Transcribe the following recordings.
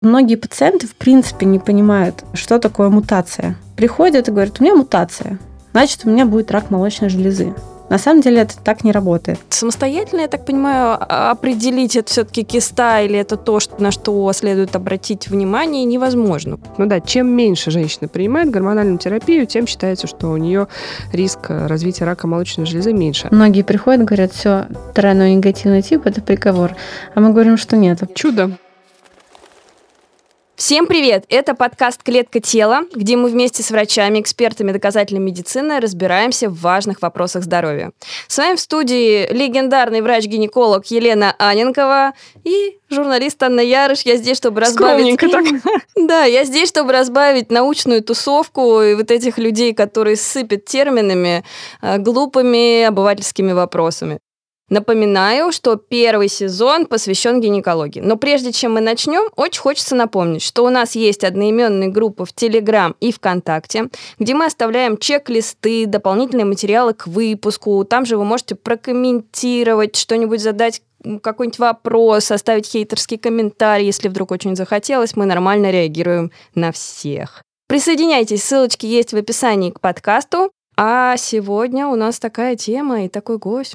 Многие пациенты, в принципе, не понимают, что такое мутация. Приходят и говорят, у меня мутация, значит, у меня будет рак молочной железы. На самом деле это так не работает. Самостоятельно, я так понимаю, определить, это все-таки киста или это то, на что следует обратить внимание, невозможно. Ну да, чем меньше женщина принимает гормональную терапию, тем считается, что у нее риск развития рака молочной железы меньше. Многие приходят и говорят, все, тройной негативный тип – это приговор. А мы говорим, что нет. Чудо. Всем привет! Это подкаст «Клетка тела», где мы вместе с врачами, экспертами доказательной медицины разбираемся в важных вопросах здоровья. С вами в студии легендарный врач-гинеколог Елена Анненкова и журналист Анна Ярыш. Я здесь, чтобы разбавить... Скромненько так. Да, я здесь, чтобы разбавить научную тусовку и вот этих людей, которые сыпят терминами, глупыми обывательскими вопросами. Напоминаю, что первый сезон посвящен гинекологии. Но прежде чем мы начнем, очень хочется напомнить, что у нас есть одноименные группы в Телеграм и ВКонтакте, где мы оставляем чек-листы, дополнительные материалы к выпуску. Там же вы можете прокомментировать, что-нибудь задать, какой-нибудь вопрос, оставить хейтерский комментарий, если вдруг очень захотелось. Мы нормально реагируем на всех. Присоединяйтесь, ссылочки есть в описании к подкасту. А сегодня у нас такая тема и такой гость.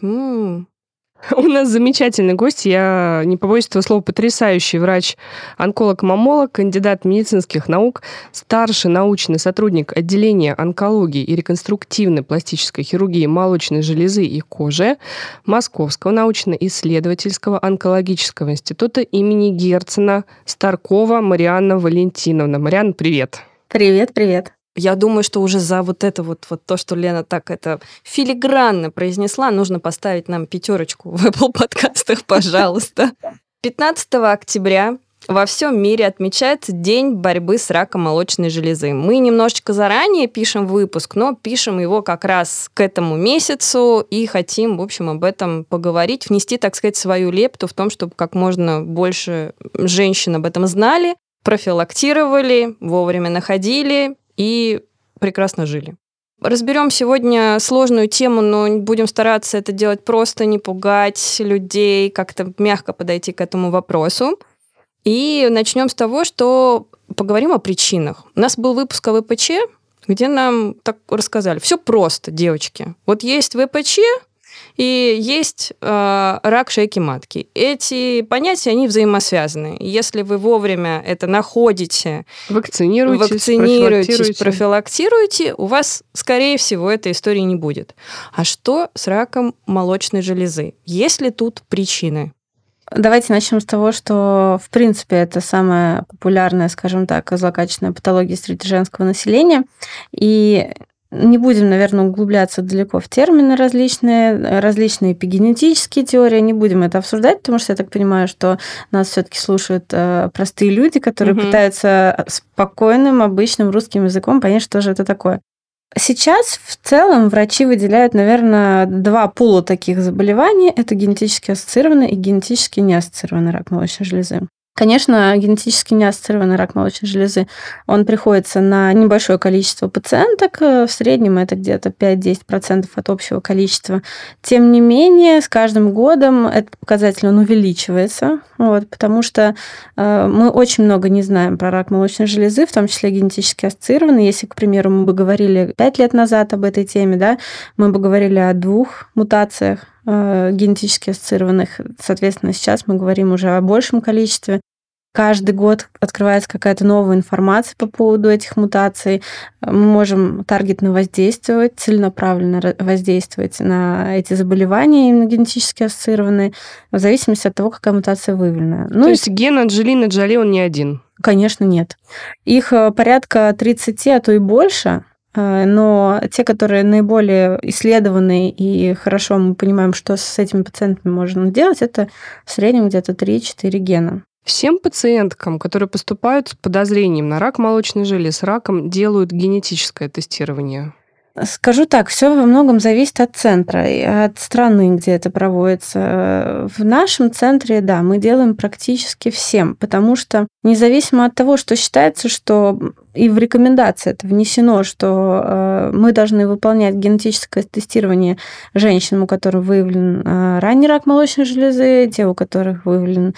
У нас замечательный гость, я не побоюсь этого слова, потрясающий врач-онколог-мамолог, кандидат медицинских наук, старший научный сотрудник отделения онкологии и реконструктивной пластической хирургии молочной железы и кожи Московского научно-исследовательского онкологического института имени Герцена Старкова Марианна Валентиновна. Марианна, привет! Привет. Я думаю, что уже за вот это вот то, что Лена так это филигранно произнесла, нужно поставить нам 5 в Apple подкастах, пожалуйста. 15 октября во всем мире отмечается День борьбы с раком молочной железы. Мы немножечко заранее пишем выпуск, но пишем его как раз к этому месяцу и хотим, в общем, об этом поговорить, внести, так сказать, свою лепту в том, чтобы как можно больше женщин об этом знали, профилактировали, вовремя находили и прекрасно жили. Разберем сегодня сложную тему, но будем стараться это делать просто, не пугать людей, как-то мягко подойти к этому вопросу. И начнем с того, что поговорим о причинах. У нас был выпуск о ВПЧ, где нам так рассказали. Все просто, девочки. Вот есть ВПЧ, и есть рак шейки матки. Эти понятия, они взаимосвязаны. Если вы вовремя это находите, вакцинируетесь, профилактируете, у вас, скорее всего, этой истории не будет. А что с раком молочной железы? Есть ли тут причины? Давайте начнем с того, что, в принципе, это самая популярная, скажем так, злокачественная патология среди женского населения. И не будем, наверное, углубляться далеко в термины различные эпигенетические теории, не будем это обсуждать, потому что я так понимаю, что нас все-таки слушают простые люди, которые пытаются спокойным, обычным русским языком понять, что же это такое. Сейчас в целом врачи выделяют, наверное, 2 пула таких заболеваний. Это генетически ассоциированный и генетически неассоциированный рак молочной железы. Конечно, генетически неассоциированный рак молочной железы, он приходится на небольшое количество пациенток, в среднем это где-то 5-10% от общего количества. Тем не менее, с каждым годом этот показатель он увеличивается, потому что мы очень много не знаем про рак молочной железы, в том числе генетически ассоциированный. Если, к примеру, мы бы говорили 5 лет назад об этой теме, да, мы бы говорили о 2 мутациях генетически ассоциированных. Соответственно, сейчас мы говорим уже о большем количестве. Каждый год открывается какая-то новая информация по поводу этих мутаций. Мы можем таргетно воздействовать, целенаправленно воздействовать на эти заболевания, именно генетически ассоциированные, в зависимости от того, какая мутация выявлена. То есть ген Анджелины Джоли, он не один? Конечно, нет. Их порядка 30, а то и больше. Но те, которые наиболее исследованы и хорошо мы понимаем, что с этими пациентами можно делать, это в среднем где-то 3-4 гена. Всем пациенткам, которые поступают с подозрением на рак молочной железы, с раком делают генетическое тестирование? Скажу так, все во многом зависит от центра и от страны, где это проводится. В нашем центре, да, мы делаем практически всем, потому что независимо от того, что считается, что и в рекомендации это внесено, что мы должны выполнять генетическое тестирование женщин, у которых выявлен ранний рак молочной железы, те, у которых выявлен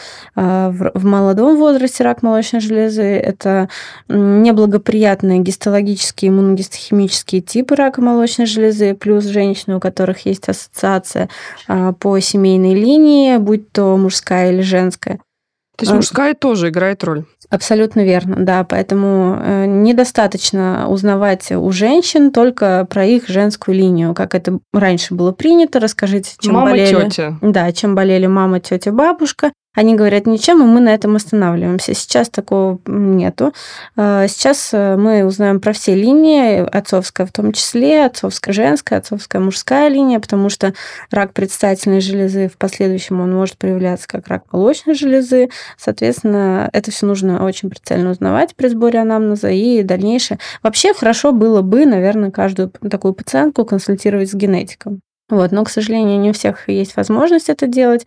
в молодом возрасте рак молочной железы. Это неблагоприятные гистологические, иммуногистохимические типы рака молочной железы, плюс женщины, у которых есть ассоциация по семейной линии, будь то мужская или женская. То есть мужская тоже играет роль? Абсолютно верно, да. Поэтому недостаточно узнавать у женщин только про их женскую линию, как это раньше было принято. Расскажите, чем мама, болели. Тетя. Да, чем болели мама, тетя, бабушка. Они говорят ничем, и мы на этом останавливаемся. Сейчас такого нету. Сейчас мы узнаем про все линии, отцовская в том числе, отцовская женская, отцовская мужская линия, потому что рак предстательной железы в последующем он может проявляться как рак молочной железы. Соответственно, это все нужно очень прицельно узнавать при сборе анамнеза и дальнейшее. Вообще хорошо было бы, наверное, каждую такую пациентку консультировать с генетиком. Вот. Но, к сожалению, не у всех есть возможность это делать.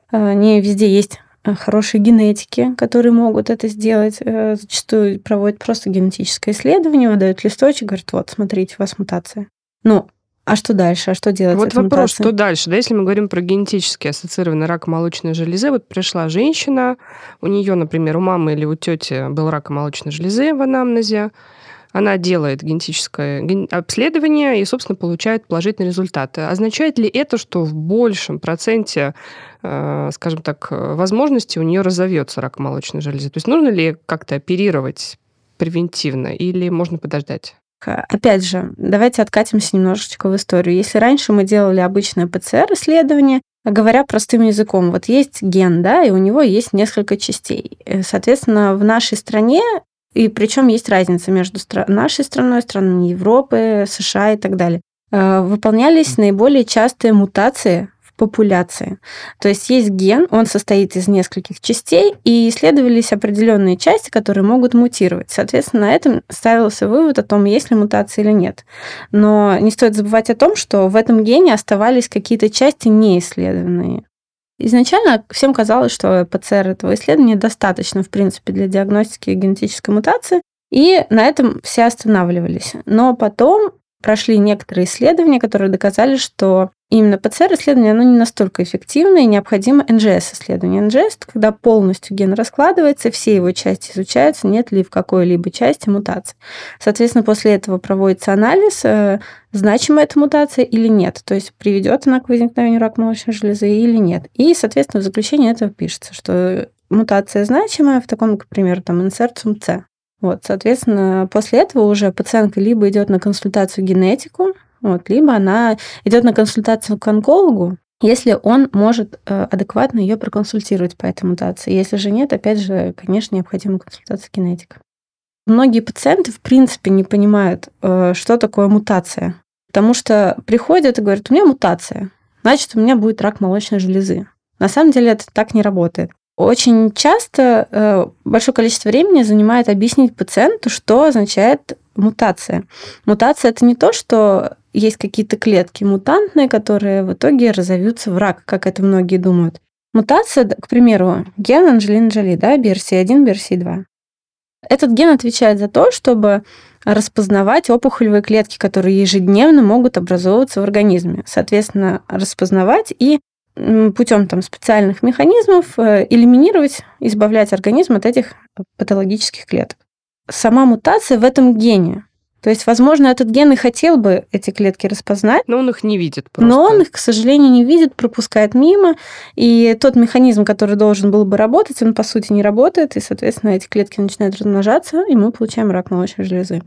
Не везде есть хорошие генетики, которые могут это сделать. Зачастую проводят просто генетическое исследование, выдают листочек, говорят, вот, смотрите, у вас мутация. Ну, а что дальше? А что делать Вот с этой вопрос, мутацией? что дальше? Да, если мы говорим про генетически ассоциированный рак молочной железы, вот пришла женщина, у нее, например, у мамы или у тети был рак молочной железы в анамнезе, она делает генетическое обследование и, собственно, получает положительные результаты. Означает ли это, что в большем проценте, скажем так, возможностей у нее разовьется рак молочной железы? То есть нужно ли как-то оперировать превентивно или можно подождать? Опять же, давайте откатимся немножечко в историю. Если раньше мы делали обычное ПЦР-исследование, говоря простым языком, вот есть ген, да, и у него есть несколько частей. Соответственно, в нашей стране, и причем есть разница между нашей страной, странами Европы, США и так далее, выполнялись наиболее частые мутации в популяции. То есть есть ген, он состоит из нескольких частей, и исследовались определенные части, которые могут мутировать. Соответственно, на этом ставился вывод о том, есть ли мутация или нет. Но не стоит забывать о том, что в этом гене оставались какие-то части неисследованные. Изначально всем казалось, что ПЦР этого исследования достаточно, в принципе, для диагностики генетической мутации, и на этом все останавливались. Но потом прошли некоторые исследования, которые доказали, что именно ПЦР-исследование оно не настолько эффективно, и необходимо НЖС-исследование. НЖС – это когда полностью ген раскладывается, все его части изучаются, нет ли в какой-либо части мутации. Соответственно, после этого проводится анализ, значима эта мутация или нет, то есть приведет она к возникновению рака молочной железы или нет. И, соответственно, в заключении этого пишется, что мутация значимая в таком, к примеру, там, инсерциум С. Вот, соответственно, после этого уже пациентка либо идет на консультацию к генетику, вот, либо она идет на консультацию к онкологу, если он может адекватно ее проконсультировать по этой мутации. Если же нет, опять же, конечно, необходима консультация генетика. Многие пациенты, в принципе, не понимают, что такое мутация, потому что приходят и говорят, у меня мутация, значит, у меня будет рак молочной железы. На самом деле это так не работает. Очень часто большое количество времени занимает объяснить пациенту, что означает мутация. Мутация – это не то, что есть какие-то клетки мутантные, которые в итоге разовьются в рак, как это многие думают. Мутация, к примеру, ген Анджелины Джоли, да, BRCA1, BRCA2. Этот ген отвечает за то, чтобы распознавать опухолевые клетки, которые ежедневно могут образовываться в организме. Соответственно, распознавать и путем там, специальных механизмов элиминировать, избавлять организм от этих патологических клеток. Сама мутация в этом гене. То есть, возможно, этот ген и хотел бы эти клетки распознать, но он их не видит просто. Но он их, к сожалению, не видит, пропускает мимо, и тот механизм, который должен был бы работать, он, по сути, не работает, и, соответственно, эти клетки начинают размножаться, и мы получаем рак молочной железы.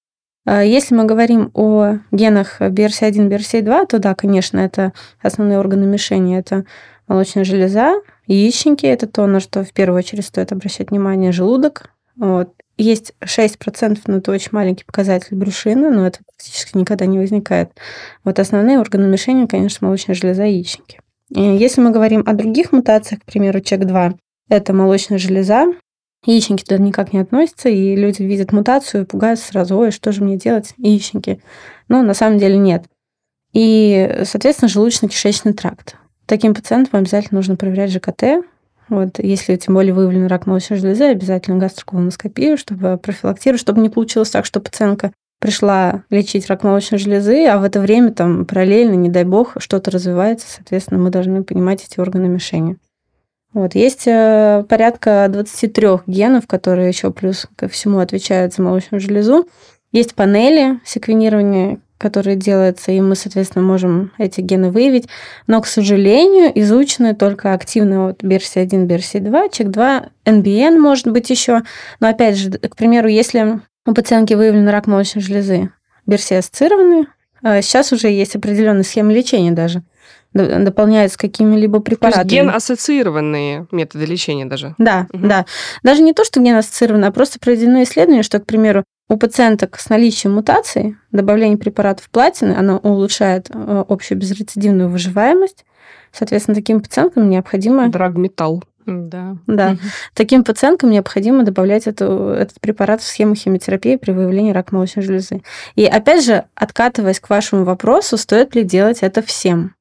Если мы говорим о генах BRCA1, BRCA2, то да, конечно, это основные органы мишени. Это молочная железа, яичники, это то, на что в первую очередь стоит обращать внимание, желудок. Вот. Есть 6%, но это очень маленький показатель брюшины, но это практически никогда не возникает. Вот основные органы мишени, конечно, молочная железа и яичники. И если мы говорим о других мутациях, к примеру, ЧЕК2, это молочная железа, яичники туда никак не относятся, и люди видят мутацию и пугаются сразу, ой, что же мне делать, яичники. Но на самом деле нет. И, соответственно, желудочно-кишечный тракт. Таким пациентам обязательно нужно проверять ЖКТ, Вот, если тем более выявлен рак молочной железы, обязательно гастроколоноскопию, чтобы профилактировать, чтобы не получилось так, что пациентка пришла лечить рак молочной железы, а в это время там параллельно, не дай бог, что-то развивается, соответственно, мы должны понимать эти органы мишени. Вот. Есть порядка 23 генов, которые еще плюс ко всему отвечают за молочную железу. Есть панели секвенирования, которые делаются, и мы, соответственно, можем эти гены выявить. Но, к сожалению, изучены только активно вот BRCA1, BRCA2, ЧЕК2, NBN может быть еще. Но, опять же, к примеру, если у пациентки выявлен рак молочной железы, BRCA-ассоциированный, сейчас уже есть определенные схемы лечения даже, дополняются какими-либо препаратами. То есть ген-ассоциированные методы лечения даже? Да, да. Даже не то, что ген-ассоциированные, а просто проведено исследование, что, к примеру, у пациенток с наличием мутаций добавление препаратов платины, оно улучшает общую безрецидивную выживаемость. Соответственно, таким пациенткам необходимо... Драгметалл. Да. Да. Таким пациенткам необходимо добавлять этот препарат в схему химиотерапии при выявлении рака молочной железы. И опять же, откатываясь к вашему вопросу, стоит ли делать это всем?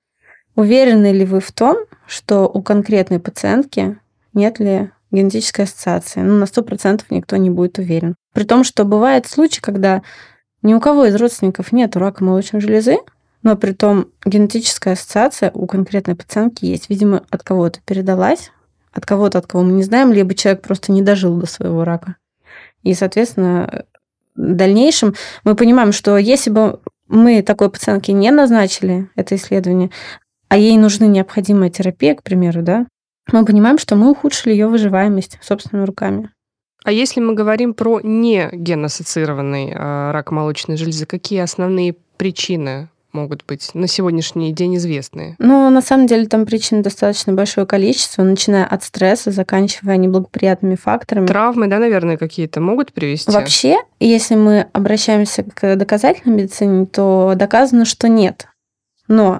Уверены ли вы в том, что у конкретной пациентки нет ли генетической ассоциации? На 100% никто не будет уверен. При том, что бывает случай, когда ни у кого из родственников нет рака молочной железы, но при том генетическая ассоциация у конкретной пациентки есть. Видимо, от кого-то передалась, от кого-то, от кого мы не знаем, либо человек просто не дожил до своего рака. И, соответственно, в дальнейшем мы понимаем, что если бы мы такой пациентке не назначили это исследование, а ей нужна необходимая терапия, к примеру, да, мы понимаем, что мы ухудшили ее выживаемость собственными руками. А если мы говорим про не ген-ассоциированный рак молочной железы, какие основные причины могут быть на сегодняшний день известные? Ну, на самом деле, там причин достаточно большое количество, начиная от стресса, заканчивая неблагоприятными факторами. Травмы, да, наверное, какие-то могут привести? Вообще, если мы обращаемся к доказательной медицине, то доказано, что нет. Но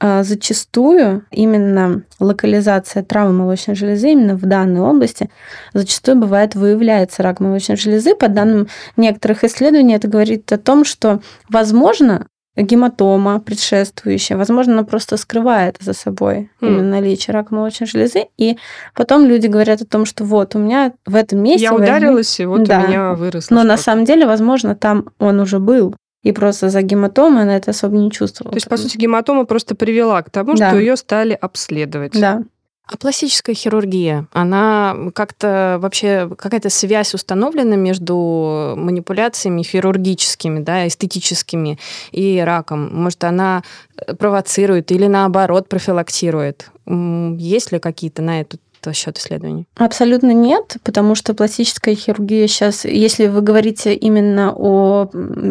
зачастую именно локализация травмы молочной железы именно в данной области зачастую бывает выявляется рак молочной железы. По данным некоторых исследований, это говорит о том, что, возможно, гематома предшествующая, возможно, она просто скрывает за собой именно наличие рака молочной железы, и потом люди говорят о том, что вот у меня в этом месте... Я ударилась, и вот да, у меня выросло. Но на самом деле, возможно, там он уже был. И просто за гематомой она это особо не чувствовала. То есть, по сути, гематома просто привела к тому, Да. что ее стали обследовать. Да. А пластическая хирургия, она как-то вообще, какая-то связь установлена между манипуляциями хирургическими, да, эстетическими и раком? Может, она провоцирует или, наоборот, профилактирует? Есть ли какие-то на этот счет исследований? Абсолютно нет, потому что пластическая хирургия сейчас, если вы говорите именно о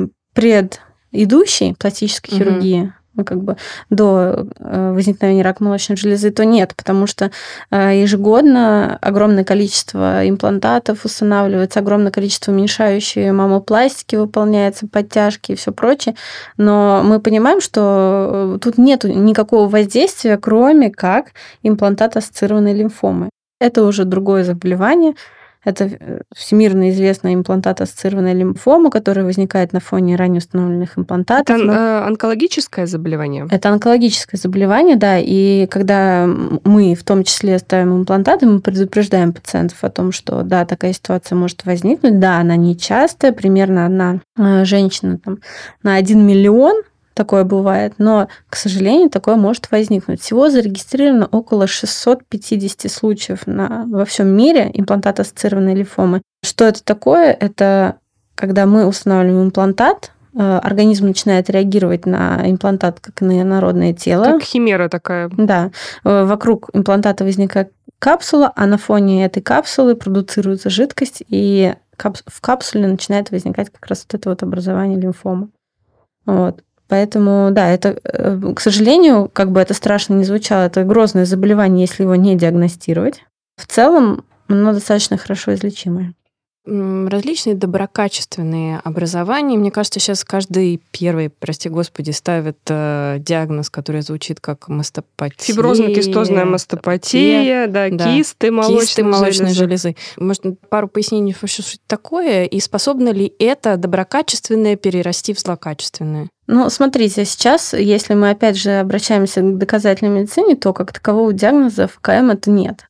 предыдущей пластической хирургии, ну, как бы до возникновения рака молочной железы, то нет, потому что ежегодно огромное количество имплантатов устанавливается, огромное количество уменьшающей мамопластики выполняется, подтяжки и все прочее. Но мы понимаем, что тут нет никакого воздействия, кроме как имплантат-ассоциированной лимфомы. Это уже другое заболевание. Это всемирно известная имплантат-ассоциированная лимфома, которая возникает на фоне ранее установленных имплантатов. Это онкологическое заболевание? Это онкологическое заболевание, да. И когда мы в том числе ставим имплантаты, мы предупреждаем пациентов о том, что да, такая ситуация может возникнуть. Да, она нечастая, примерно одна женщина там, на 1 миллион такое бывает, но, к сожалению, такое может возникнуть. Всего зарегистрировано около 650 случаев во всем мире имплантат-ассоциированной лимфомы. Что это такое? Это когда мы устанавливаем имплантат, организм начинает реагировать на имплантат как на инородное тело. Как химера такая. Да. Вокруг имплантата возникает капсула, а на фоне этой капсулы продуцируется жидкость, и в капсуле начинает возникать как раз вот это вот образование лимфомы. Вот. Поэтому, да, это, к сожалению, как бы это страшно ни звучало, это грозное заболевание, если его не диагностировать. В целом, оно достаточно хорошо излечимое. Различные доброкачественные образования. Мне кажется, сейчас каждый первый, прости господи, ставит диагноз, который звучит как мастопатия. Фиброзно-кистозная мастопатия, да, кисты молочной железы. Может, пару пояснений, что это такое, и способно ли это доброкачественное перерасти в злокачественное? Ну, смотрите, сейчас, если мы, опять же, обращаемся к доказательной медицине, то как такового диагноза в КМ это нет.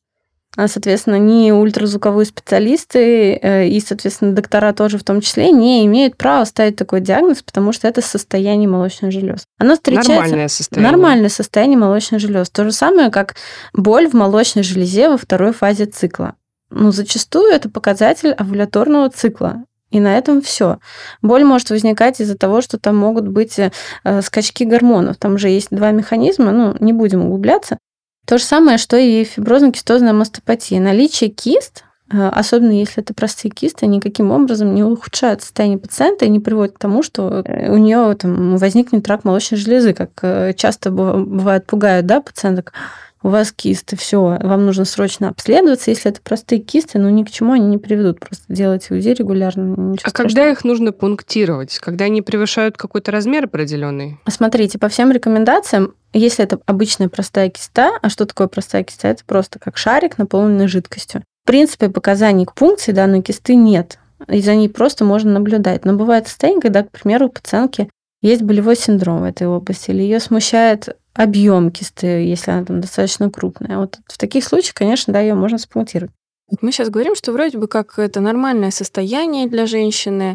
Соответственно, ни ультразвуковые специалисты и, соответственно, доктора тоже в том числе не имеют права ставить такой диагноз, потому что это состояние молочных желез. Оно встречается... Нормальное состояние молочных желез. То же самое, как боль в молочной железе во второй фазе цикла. Зачастую это показатель овуляторного цикла. И на этом все. Боль может возникать из-за того, что там могут быть скачки гормонов. Там же есть два механизма, не будем углубляться. То же самое, что и фиброзно-кистозная мастопатия. Наличие кист, особенно если это простые кисты, никаким образом не ухудшают состояние пациента и не приводят к тому, что у нее возникнет рак молочной железы, как часто бывает пугают, пациенток. У вас кисты, все, вам нужно срочно обследоваться. Если это простые кисты, ни к чему они не приведут. Просто делайте УЗИ регулярно. Когда их нужно пунктировать? Когда они превышают какой-то размер определенный? Смотрите, по всем рекомендациям, если это обычная простая киста, а что такое простая киста? Это просто как шарик, наполненный жидкостью. В принципе, показаний к пункции данной кисты нет. И за ней просто можно наблюдать. Но бывает состояние, когда, к примеру, у пациентки есть болевой синдром в этой области, или ее смущает объем кисты, если она достаточно крупная. Вот в таких случаях, конечно, ее можно спунктировать. Мы сейчас говорим, что вроде бы как это нормальное состояние для женщины,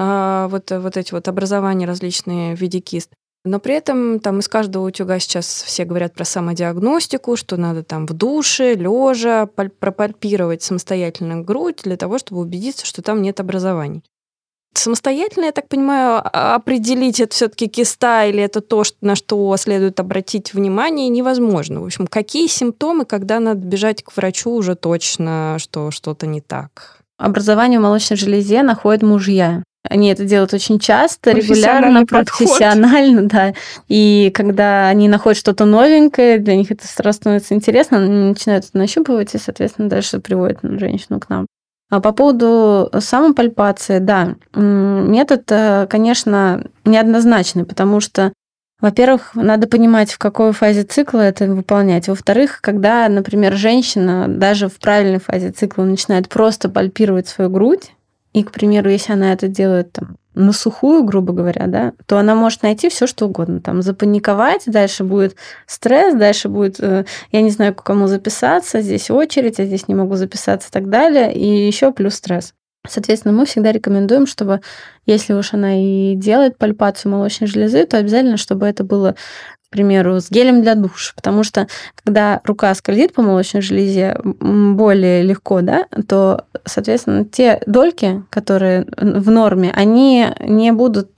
вот эти образования различные в виде кист. Но при этом из каждого утюга сейчас все говорят про самодиагностику, что надо в душе, лежа пропальпировать самостоятельно грудь для того, чтобы убедиться, что там нет образований. Самостоятельно, я так понимаю, определить, это все-таки киста или это то, на что следует обратить внимание, невозможно. В общем, какие симптомы, когда надо бежать к врачу уже точно, что что-то не так? Образование в молочной железе находят мужья. Они это делают очень часто, регулярно, профессионально, да. И когда они находят что-то новенькое, для них это сразу становится интересно, они начинают это нащупывать и, соответственно, дальше приводят женщину к нам. А по поводу самопальпации, да, метод, конечно, неоднозначный, потому что, во-первых, надо понимать, в какой фазе цикла это выполнять. Во-вторых, когда, например, женщина даже в правильной фазе цикла начинает просто пальпировать свою грудь, и, к примеру, если она это делает на сухую, грубо говоря, то она может найти все, что угодно. Запаниковать, дальше будет стресс, дальше будет, я не знаю, к кому записаться, здесь очередь, а здесь не могу записаться и так далее, и еще плюс стресс. Соответственно, мы всегда рекомендуем, чтобы, если уж она и делает пальпацию молочной железы, то обязательно, чтобы это было, к примеру, с гелем для душа, потому что когда рука скользит по молочной железе более легко, то, соответственно, те дольки, которые в норме, они не будут,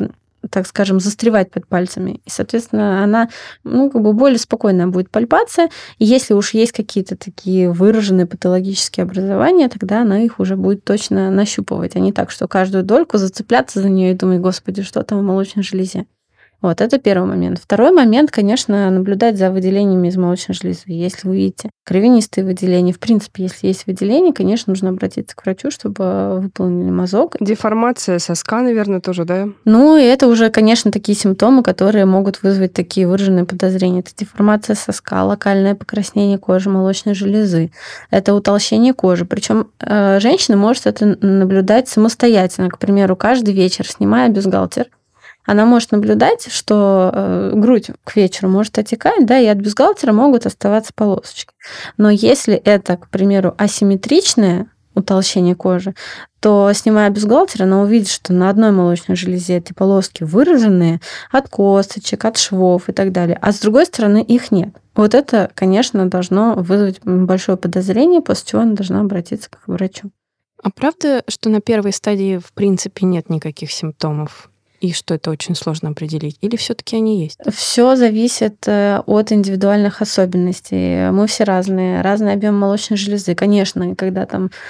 так скажем, застревать под пальцами. И, соответственно, она, более спокойная будет пальпация. И если уж есть какие-то такие выраженные патологические образования, тогда она их уже будет точно нащупывать, а не так, что каждую дольку зацепляться за нее и думать, господи, что там в молочной железе. Вот, это первый момент. Второй момент, конечно, наблюдать за выделениями из молочной железы. Если вы видите кровянистые выделения, в принципе, если есть выделения, конечно, нужно обратиться к врачу, чтобы выполнили мазок. Деформация соска, наверное, тоже, да? И это уже, конечно, такие симптомы, которые могут вызвать такие выраженные подозрения. Это деформация соска, локальное покраснение кожи молочной железы, это утолщение кожи. Причем женщина может это наблюдать самостоятельно. К примеру, каждый вечер, снимая бюстгальтер, она может наблюдать, что грудь к вечеру может отекать, и от бюстгальтера могут оставаться полосочки. Но если это, к примеру, асимметричное утолщение кожи, то, снимая бюстгальтер, она увидит, что на одной молочной железе эти полоски выраженные от косточек, от швов и так далее, а с другой стороны их нет. Вот это, конечно, должно вызвать большое подозрение, после чего она должна обратиться к врачу. А правда, что на первой стадии в принципе нет никаких симптомов? И что это очень сложно определить? Или все-таки они есть? Все зависит от индивидуальных особенностей. Мы все разные. Разный объем молочной железы. Конечно, когда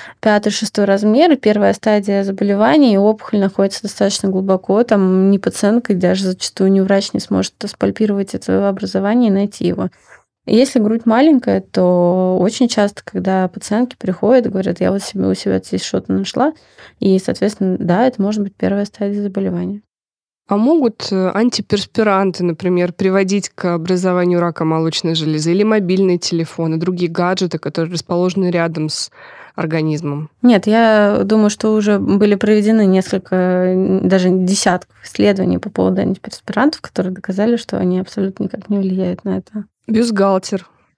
5-6 размер, и первая стадия заболевания, и опухоль находится достаточно глубоко, там ни пациентка, даже зачастую ни врач не сможет спальпировать это образование и найти его. Если грудь маленькая, то очень часто, когда пациентки приходят и говорят, я вот у себя здесь что-то нашла, и, соответственно, да, это может быть первая стадия заболевания. А могут антиперспиранты, например, приводить к образованию рака молочной железы, или мобильные телефоны, другие гаджеты, которые расположены рядом с организмом? Нет, я думаю, что уже были проведены несколько, даже десятков исследований по поводу антиперспирантов, которые доказали, что они абсолютно никак не влияют на это. Бюстгальтер.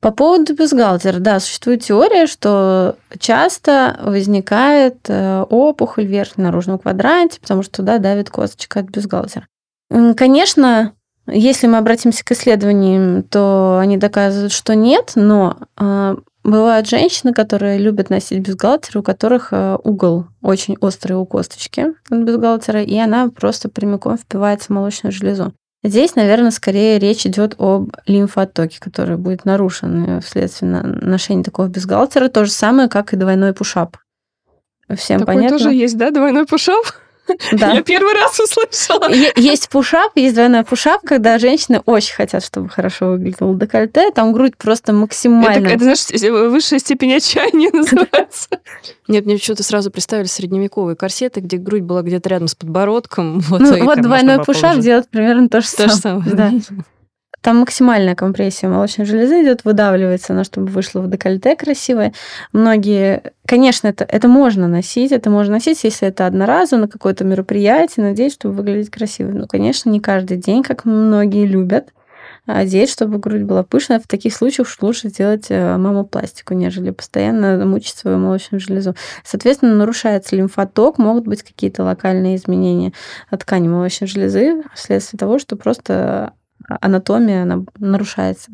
По поводу бюстгальтера, да, существует теория, что часто возникает опухоль в верхнем наружном квадранте, потому что туда давит косточка от бюстгальтера. Конечно, если мы обратимся к исследованиям, то они доказывают, что нет, но бывают женщины, которые любят носить бюстгальтер, у которых угол очень острый у косточки от бюстгальтера, и она просто прямиком впивается в молочную железу. Здесь, наверное, скорее речь идет об лимфооттоке, который будет нарушен вследствие ношения такого бюстгальтера. То же самое, как и двойной пушап. Всем Такой понятно? тоже есть, да, двойной пушап? Да. Я первый раз услышала. Есть пушап, есть двойной пушап, когда женщины очень хотят, чтобы хорошо выглядело декольте, там грудь просто максимально... Это, знаешь, высшая степень отчаяния называется. Нет, мне почему-то сразу представили средневековые корсеты, где грудь была где-то рядом с подбородком. Вот двойной пушап делает примерно то же самое. Да. Там максимальная компрессия молочной железы идет, выдавливается она, чтобы вышло в декольте красивое. Многие, конечно, это можно носить, если это одноразово на какое-то мероприятие, надеюсь, чтобы выглядеть красиво. Но, конечно, не каждый день, как многие любят, одеть, чтобы грудь была пышная. В таких случаях лучше сделать мамопластику, нежели постоянно мучить свою молочную железу. Соответственно, нарушается лимфоток, могут быть какие-то локальные изменения ткани молочной железы вследствие того, что просто анатомия она нарушается.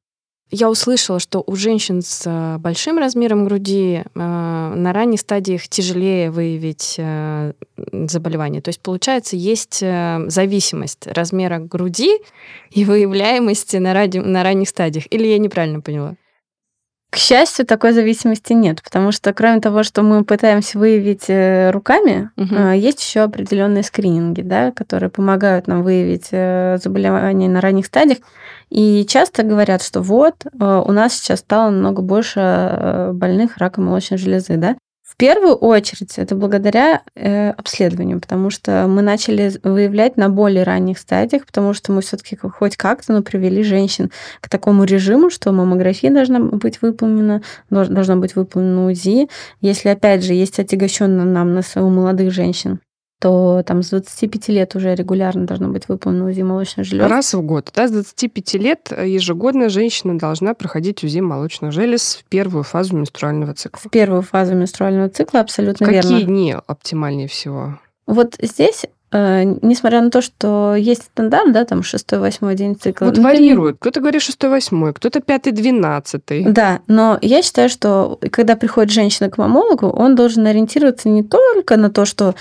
Я услышала, что у женщин с большим размером груди на ранних стадиях тяжелее выявить заболевание. То есть, получается, есть зависимость размера груди и выявляемости на ранних стадиях. Или я неправильно поняла? К счастью, такой зависимости нет, потому что кроме того, что мы пытаемся выявить руками, есть еще определенные скрининги, да, которые помогают нам выявить заболевания на ранних стадиях. И часто говорят, что вот у нас сейчас стало намного больше больных раком молочной железы, да. В первую очередь это благодаря обследованию, потому что мы начали выявлять на более ранних стадиях, потому что мы все-таки хоть как-то привели женщин к такому режиму, что маммография должна быть выполнена, должна быть выполнена УЗИ. Если, опять же, есть отягощенный анамнез у молодых женщин, то там с 25 лет уже регулярно должно быть выполнено УЗИ молочной железы. Раз в год, да, с 25 лет ежегодно женщина должна проходить УЗИ молочных желез в первую фазу менструального цикла. В первую фазу менструального цикла, абсолютно верно. Какие дни оптимальнее всего? Вот здесь, несмотря на то, что есть стандарт, да, там 6-8 день цикла. Вот варьирует. Кто-то говорит 6-8, кто-то 5-12. Да, но я считаю, что когда приходит женщина к маммологу, он должен ориентироваться не только на то, что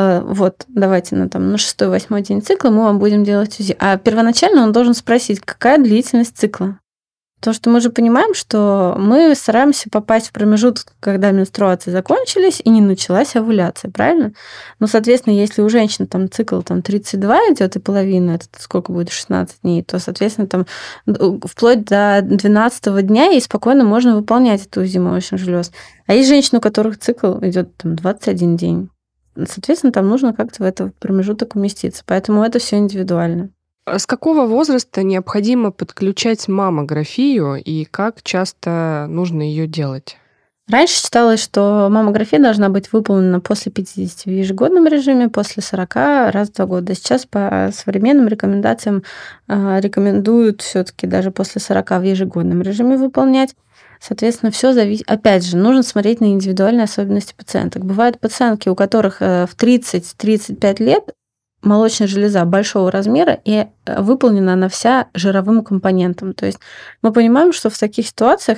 вот давайте на 6-8 день цикла мы вам будем делать УЗИ, а первоначально он должен спросить, какая длительность цикла. Потому что мы же понимаем, что мы стараемся попасть в промежуток, когда менструации закончились и не началась овуляция, правильно? Ну, соответственно, если у женщин там цикл 32 идет и половина, это сколько будет, 16 дней, то, соответственно, там вплоть до 12 дня ей спокойно можно выполнять эту УЗИ молочных желез. А есть женщины, у которых цикл идет 21 день. Соответственно, там нужно как-то в этот промежуток уместиться. Поэтому это все индивидуально. С какого возраста необходимо подключать маммографию и как часто нужно ее делать? Раньше считалось, что маммография должна быть выполнена после 50 в ежегодном режиме, после 40 раз в 2 года. Сейчас по современным рекомендациям рекомендуют все-таки даже после 40 в ежегодном режиме выполнять. Соответственно, все зависит. Опять же, нужно смотреть на индивидуальные особенности пациенток. Бывают пациентки, у которых в 30-35 лет молочная железа большого размера, и выполнена она вся жировым компонентом. То есть мы понимаем, что в таких ситуациях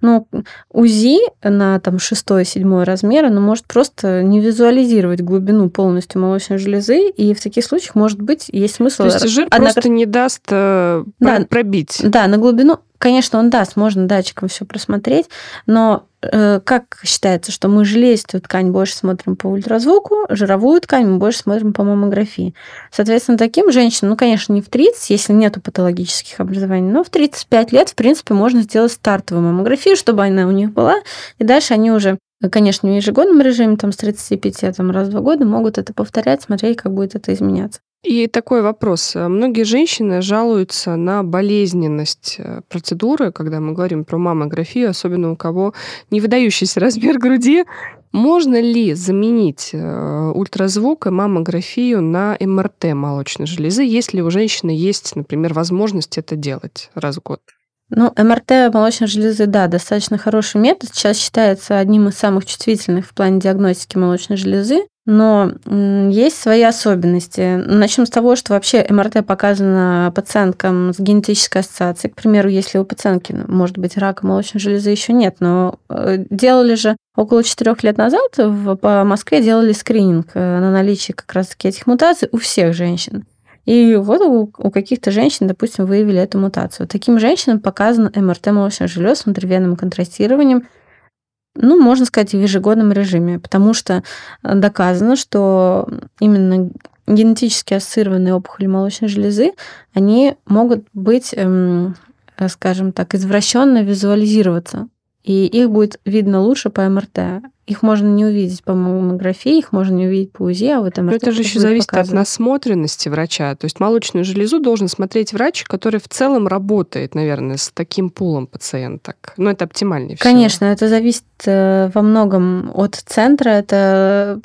УЗИ на 6-7 размера может просто не визуализировать глубину полностью молочной железы, и в таких случаях, может быть, есть смысл... То есть жир просто не даст пробить? Да, на глубину, конечно, он даст, можно датчиком все просмотреть, но как считается, что мы жилистую ткань больше смотрим по ультразвуку, жировую ткань мы больше смотрим по маммографии. Соответственно, таким женщинам, конечно, не в 30, если нету патологических образований, но в 35 лет, в принципе, можно сделать стартовую маммографию, чтобы она у них была, и дальше они уже, конечно, в ежегодном режиме, с 35 раз в 2 года могут это повторять, смотреть, как будет это изменяться. И такой вопрос. Многие женщины жалуются на болезненность процедуры, когда мы говорим про маммографию, особенно у кого не выдающийся размер груди. Можно ли заменить ультразвук и маммографию на МРТ молочной железы, если у женщины есть, например, возможность это делать раз в год? Ну, МРТ молочной железы, да, достаточно хороший метод. Сейчас считается одним из самых чувствительных в плане диагностики молочной железы, но есть свои особенности. Начнем с того, что вообще МРТ показано пациенткам с генетической ассоциацией. К примеру, если у пациентки, может быть, рака молочной железы еще нет, но делали же около 4 лет назад по Москве делали скрининг на наличие как раз-таки этих мутаций у всех женщин. И вот у каких-то женщин, допустим, выявили эту мутацию. Таким женщинам показан МРТ молочных желез с внутривенным контрастированием, можно сказать, в ежегодном режиме, потому что доказано, что именно генетически ассоциированные опухоли молочной железы, они могут быть, скажем так, извращенно визуализироваться. И их будет видно лучше по МРТ. Их можно не увидеть по маммографии, их можно не увидеть по УЗИ, а вот МРТ. Но это же еще зависит от насмотренности врача. То есть молочную железу должен смотреть врач, который в целом работает, наверное, с таким пулом пациенток. Но это оптимальнее всего. Конечно, это зависит во многом от центра. Это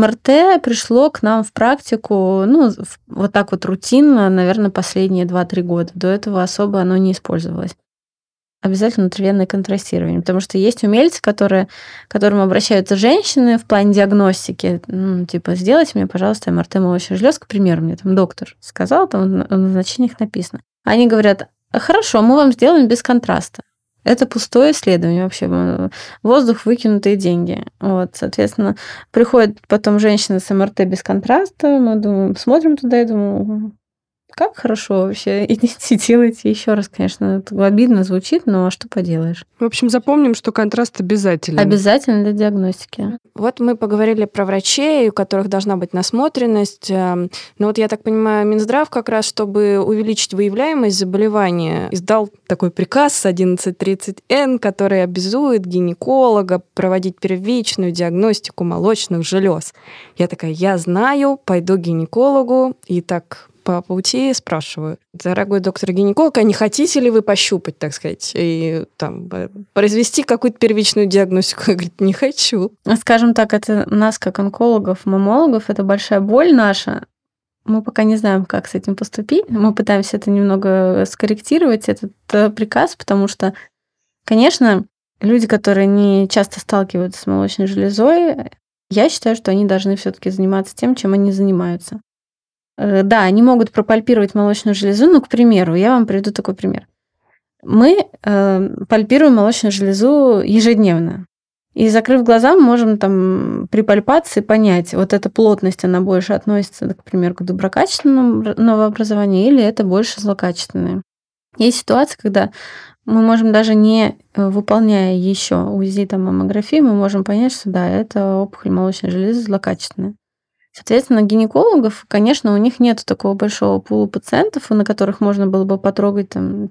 МРТ пришло к нам в практику, вот так вот рутинно, наверное, последние 2-3 года. До этого особо оно не использовалось. Обязательно внутривенное контрастирование, потому что есть умельцы, к которым обращаются женщины в плане диагностики, сделайте мне, пожалуйста, МРТ молочных желез, к примеру, мне там доктор сказал, там в назначениях написано. Они говорят, хорошо, мы вам сделаем без контраста. Это пустое исследование вообще, воздух, выкинутые деньги. Вот, соответственно, приходит потом женщина с МРТ без контраста, мы думаем, смотрим туда и думаем, как хорошо вообще, идите, делайте. Еще раз, конечно, это обидно звучит, но что поделаешь. В общем, запомним, что контраст обязателен. Обязательно для диагностики. Вот мы поговорили про врачей, у которых должна быть насмотренность. Но вот я так понимаю, Минздрав как раз, чтобы увеличить выявляемость заболевания, издал такой приказ 1130Н, который обязует гинеколога проводить первичную диагностику молочных желез. Я такая, я знаю, пойду к гинекологу, и так по пути спрашиваю, дорогой доктор-гинеколог, а не хотите ли вы пощупать, так сказать, и там произвести какую-то первичную диагностику? Я говорю, не хочу. Скажем так, это нас, как онкологов, маммологов, это большая боль наша. Мы пока не знаем, как с этим поступить. Мы пытаемся это немного скорректировать, этот приказ, потому что, конечно, люди, которые не часто сталкиваются с молочной железой, я считаю, что они должны все-таки заниматься тем, чем они занимаются. Да, они могут пропальпировать молочную железу, к примеру, я вам приведу такой пример. Мы пальпируем молочную железу ежедневно. И, закрыв глаза, мы можем там при пальпации понять, вот эта плотность, она больше относится, к примеру, к доброкачественному новообразованию, или это больше злокачественное. Есть ситуация, когда мы можем даже не выполняя еще УЗИ, маммографии, мы можем понять, что да, это опухоль молочной железы злокачественная. Соответственно, гинекологов, конечно, у них нет такого большого пула пациентов, на которых можно было бы потрогать,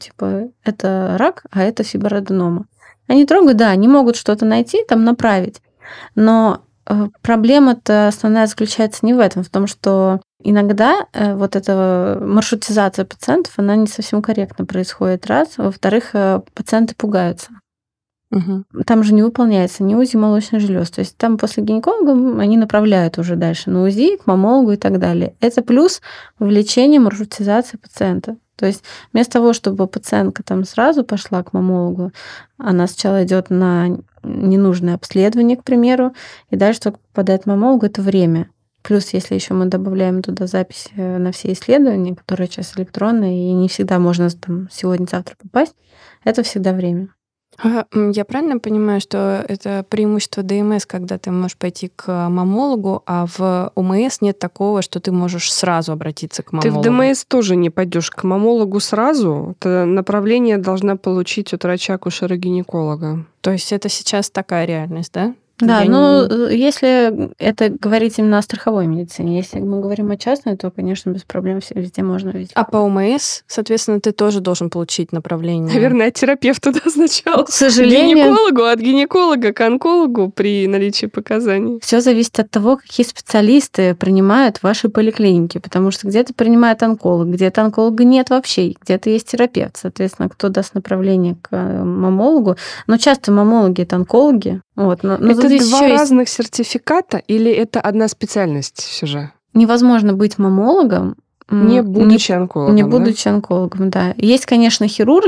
это рак, а это фиброаденома. Они трогают, да, они могут что-то найти, направить. Но проблема-то основная заключается не в этом, в том, что иногда вот эта маршрутизация пациентов, она не совсем корректно происходит, раз. Во-вторых, пациенты пугаются. Угу. Там же не выполняется ни УЗИ молочных желез. То есть там после гинеколога они направляют уже дальше на УЗИ, к маммологу и так далее. Это плюс вовлечение маршрутизации пациента. То есть вместо того, чтобы пациентка сразу пошла к маммологу, она сначала идет на ненужное обследование, к примеру, и дальше только попадает к маммологу, это время. Плюс, если еще мы добавляем туда запись на все исследования, которые сейчас электронные, и не всегда можно сегодня-завтра попасть, это всегда время. Я правильно понимаю, что это преимущество ДМС, когда ты можешь пойти к маммологу, а в ОМС нет такого, что ты можешь сразу обратиться к маммологу? Ты в ДМС тоже не пойдешь к маммологу сразу. Это направление должна получить от врача-акушера-гинеколога. То есть это сейчас такая реальность, да? Да, если это говорить именно о страховой медицине, если мы говорим о частной, то, конечно, без проблем везде можно видеть. А по ОМС, соответственно, ты тоже должен получить направление? Наверное, от терапевта сначала. К сожалению. К гинекологу, от гинеколога к онкологу при наличии показаний. Все зависит от того, какие специалисты принимают в вашей поликлинике, потому что где-то принимает онколог, где-то онколога нет вообще, где-то есть терапевт. Соответственно, кто даст направление к маммологу. Но часто маммологи — это онкологи. Это два разных сертификата или это одна специальность все же? Невозможно быть маммологом, не будучи онкологом. Не будучи онкологом, да. Есть, конечно, хирурги,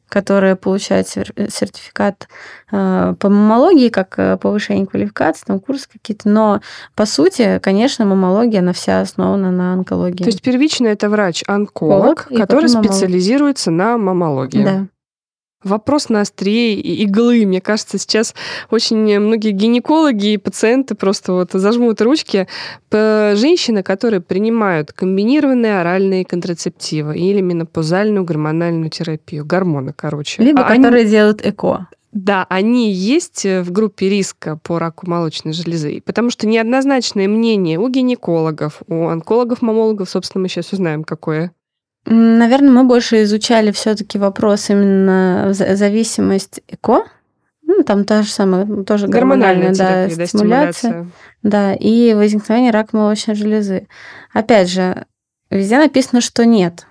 которые получают сертификат по маммологии, как повышение квалификации, там курсы какие-то. Но, по сути, конечно, маммология, она вся основана на онкологии. То есть первично это врач-онколог, который специализируется на маммологии. Да. Вопрос на острие иглы. Мне кажется, сейчас очень многие гинекологи и пациенты просто вот зажмут ручки. Женщины, которые принимают комбинированные оральные контрацептивы или менопаузальную гормональную терапию, гормоны, короче. Либо которые делают ЭКО. Да, они есть в группе риска по раку молочной железы, потому что неоднозначное мнение у гинекологов, у онкологов-маммологов, собственно, мы сейчас узнаем, какое. Наверное, мы больше изучали все-таки вопрос именно зависимость ЭКО. Ну, там та же самая, тоже гормональная терапия, стимуляция. Да, и возникновение рака молочной железы. Опять же, везде написано, что нет.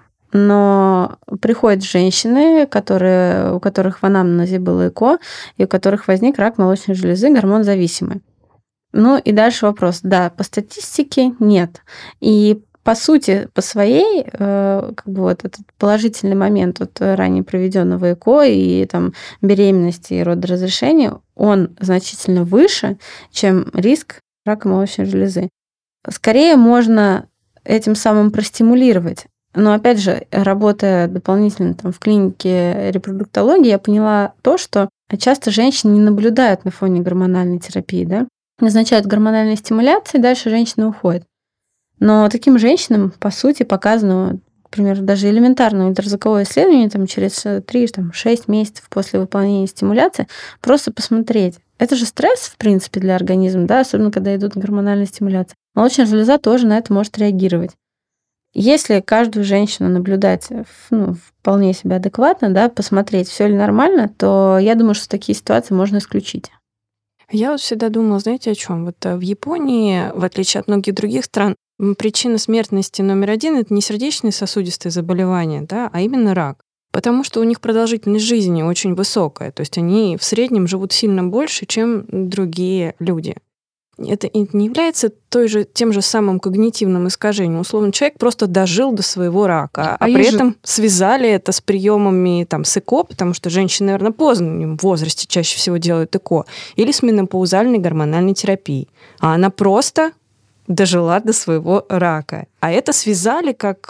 Но приходят женщины, у которых в анамнезе было ЭКО, и у которых возник рак молочной железы гормон-зависимый. Ну и дальше вопрос. Да, по статистике нет. И по сути, по своей, как бы вот этот положительный момент от ранее проведенного ЭКО и там беременности и родоразрешения, он значительно выше, чем риск рака молочной железы. Скорее можно этим самым простимулировать. Но опять же, работая дополнительно там, в клинике репродуктологии, я поняла то, что часто женщины не наблюдают на фоне гормональной терапии, да? Назначают гормональные стимуляции, дальше женщина уходит. Но таким женщинам, по сути, показано, например, даже элементарное ультразвуковое исследование там, через 3-6 месяцев после выполнения стимуляции, просто посмотреть. Это же стресс, в принципе, для организма, да, особенно когда идут гормональные стимуляции. Молочная железа тоже на это может реагировать. Если каждую женщину наблюдать вполне себе адекватно, да, посмотреть, все ли нормально, то я думаю, что такие ситуации можно исключить. Я вот всегда думала, знаете, о чем? Вот в Японии, в отличие от многих других стран, причина смертности номер 1 – это не сердечные сосудистые заболевания, да, а именно рак. Потому что у них продолжительность жизни очень высокая. То есть они в среднем живут сильно больше, чем другие люди. Это не является тем же самым когнитивным искажением. Условно, человек просто дожил до своего рака, а при этом связали это с приемами с ЭКО, потому что женщины, наверное, поздно в возрасте чаще всего делают ЭКО, или с менопаузальной гормональной терапией. А она просто дожила до своего рака. А это связали как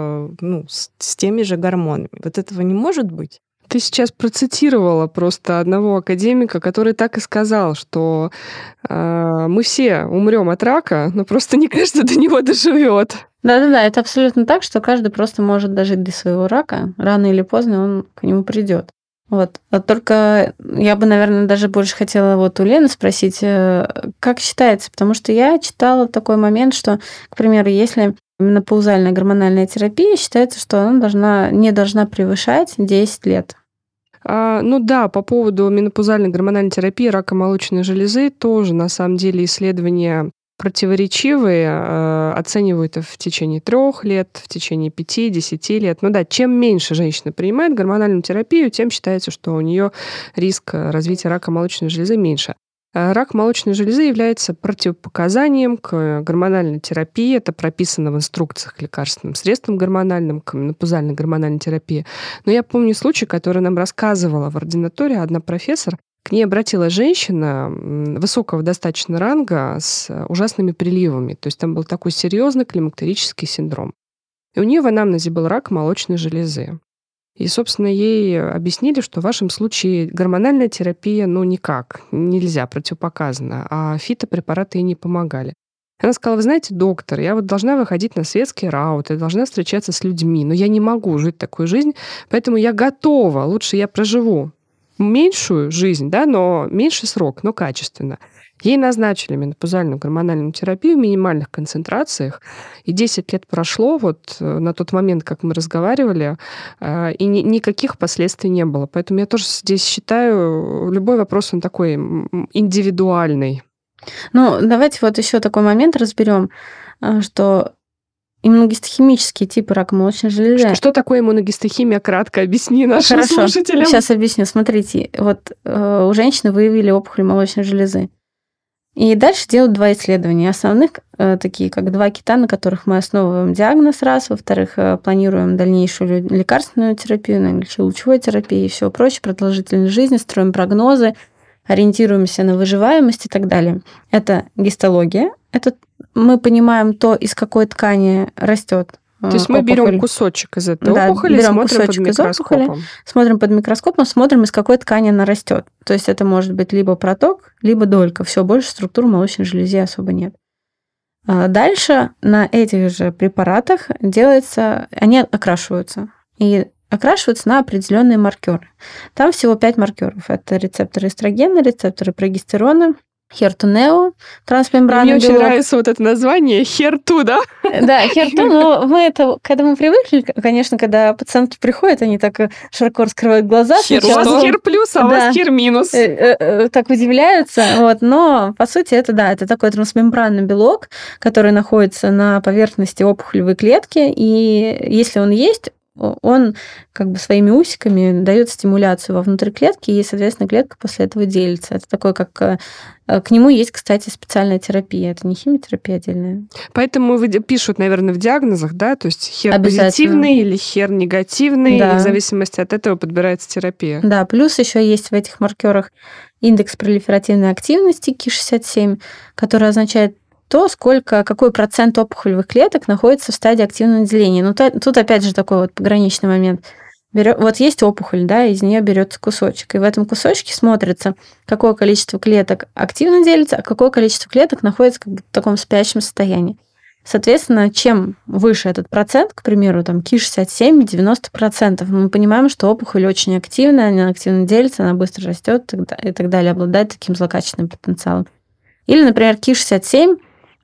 с теми же гормонами. Вот этого не может быть. Ты сейчас процитировала просто одного академика, который так и сказал, что мы все умрем от рака, но просто не каждый до него доживет. Да-да-да, это абсолютно так, что каждый просто может дожить до своего рака. Рано или поздно он к нему придет. Вот. А только я бы, наверное, даже больше хотела вот у Лены спросить, как считается, потому что я читала такой момент, что, к примеру, если менопаузальная гормональная терапия, считается, что она не должна превышать 10 лет. По поводу менопаузальной гормональной терапии рака молочной железы тоже, на самом деле, исследования противоречивые, оценивают это в течение 3 лет, в течение 5-10 лет. Чем меньше женщина принимает гормональную терапию, тем считается, что у нее риск развития рака молочной железы меньше. Рак молочной железы является противопоказанием к гормональной терапии. Это прописано в инструкциях к лекарственным средствам гормональным, к менопаузальной гормональной терапии. Но я помню случай, который нам рассказывала в ординатуре одна профессор. К ней обратилась женщина высокого достаточно ранга с ужасными приливами. То есть там был такой серьезный климактерический синдром. И у нее в анамнезе был рак молочной железы. И, собственно, ей объяснили, что в вашем случае гормональная терапия, никак, нельзя, противопоказана, а фитопрепараты ей не помогали. Она сказала: вы знаете, доктор, я вот должна выходить на светский раут, я должна встречаться с людьми, но я не могу жить такую жизнь, поэтому я готова, лучше я проживу меньшую жизнь, да, но меньший срок, но качественно. Ей назначили менопаузальную гормональную терапию в минимальных концентрациях, и 10 лет прошло вот на тот момент, как мы разговаривали, и никаких последствий не было. Поэтому я тоже здесь считаю, любой вопрос, он такой индивидуальный. Давайте вот еще такой момент разберем, что иммуногистохимические типы рака молочной железы. Что такое иммуногистохимия? Кратко объясни нашим слушателям. Сейчас объясню. Смотрите, вот у женщины выявили опухоль молочной железы. И дальше делают 2 исследования основных, такие как 2 кита, на которых мы основываем диагноз раз, во-вторых, планируем дальнейшую лекарственную терапию, лучевой терапию и все прочее, продолжительность жизни, строим прогнозы, ориентируемся на выживаемость и так далее. Это гистология. Это мы понимаем то, из какой ткани растет. То есть мы берем кусочек из этой опухоли, смотрим под микроскопом. Смотрим под микроскопом, смотрим, из какой ткани она растет. То есть это может быть либо проток, либо долька. Все, больше структур молочной железы особо нет. Дальше на этих же препаратах они окрашиваются. И окрашиваются на определенные маркеры. Там всего 5 маркеров. Это рецепторы эстрогена, рецепторы прогестерона, HER2-NEO, трансмембранный белок. Мне очень нравится вот это название HER2, да? Да, HER2, но когда мы привыкли, конечно, когда пациентки приходят, они так широко раскрывают глаза. У вас HER+, а у вас HER-. Так удивляются. Но, по сути, это такой трансмембранный белок, который находится на поверхности опухолевой клетки, и если он есть, он как бы своими усиками дает стимуляцию во внутри клетки, и, соответственно, клетка после этого делится. Это такой, как... К нему есть, кстати, специальная терапия. Это не химиотерапия отдельная. Поэтому пишут, наверное, в диагнозах, да? То есть HER-позитивный или HER-негативный, да. И в зависимости от этого подбирается терапия. Да, плюс еще есть в этих маркерах индекс пролиферативной активности Ki-67, который означает какой процент опухолевых клеток находится в стадии активного деления. Но тут опять же такой вот пограничный момент. Вот есть опухоль, да, из нее берется кусочек. И в этом кусочке смотрится, какое количество клеток активно делится, а какое количество клеток находится как бы в таком спящем состоянии. Соответственно, чем выше этот процент, к примеру, там Ki-67, 90%, мы понимаем, что опухоль очень активная, она активно делится, она быстро растет и так далее, обладает таким злокачественным потенциалом. Или, например, Ki-67,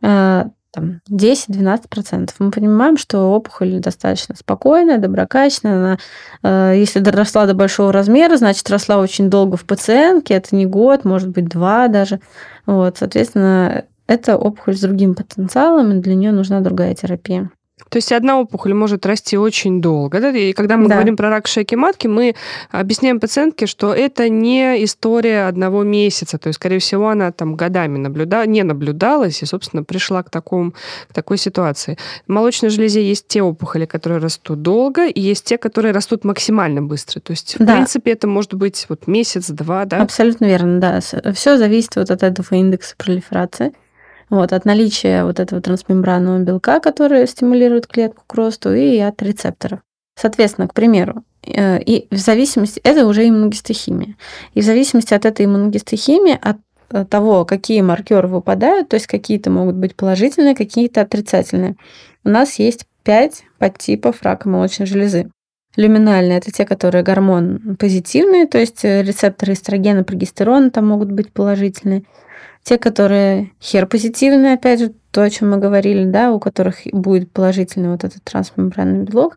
10-12%. Мы понимаем, что опухоль достаточно спокойная, доброкачественная. Она, если доросла до большого размера, значит, росла очень долго в пациентке. Это не год, может быть, 2 даже. Соответственно, это опухоль с другим потенциалом, и для нее нужна другая терапия. То есть одна опухоль может расти очень долго. Да? И когда мы говорим про рак шейки матки, мы объясняем пациентке, что это не история одного месяца. То есть, скорее всего, она там годами не наблюдалась и, собственно, пришла к такой ситуации. В молочной железе есть те опухоли, которые растут долго, и есть те, которые растут максимально быстро. То есть, в принципе, это может быть месяц-два, да? Абсолютно верно, да. Все зависит от этого индекса пролиферации. От наличия этого трансмембранного белка, который стимулирует клетку к росту, и от рецепторов. Соответственно, к примеру, и в зависимости... Это уже иммуногистохимия. И в зависимости от этой иммуногистохимии, от того, какие маркеры выпадают, то есть какие-то могут быть положительные, какие-то отрицательные, у нас есть 5 подтипов рака молочной железы. Люминальные – это те, которые гормон позитивные, то есть рецепторы эстрогена, прогестерона там могут быть положительные. Те, которые HER-позитивные, опять же, то, о чем мы говорили, да, у которых будет положительный этот трансмембранный белок.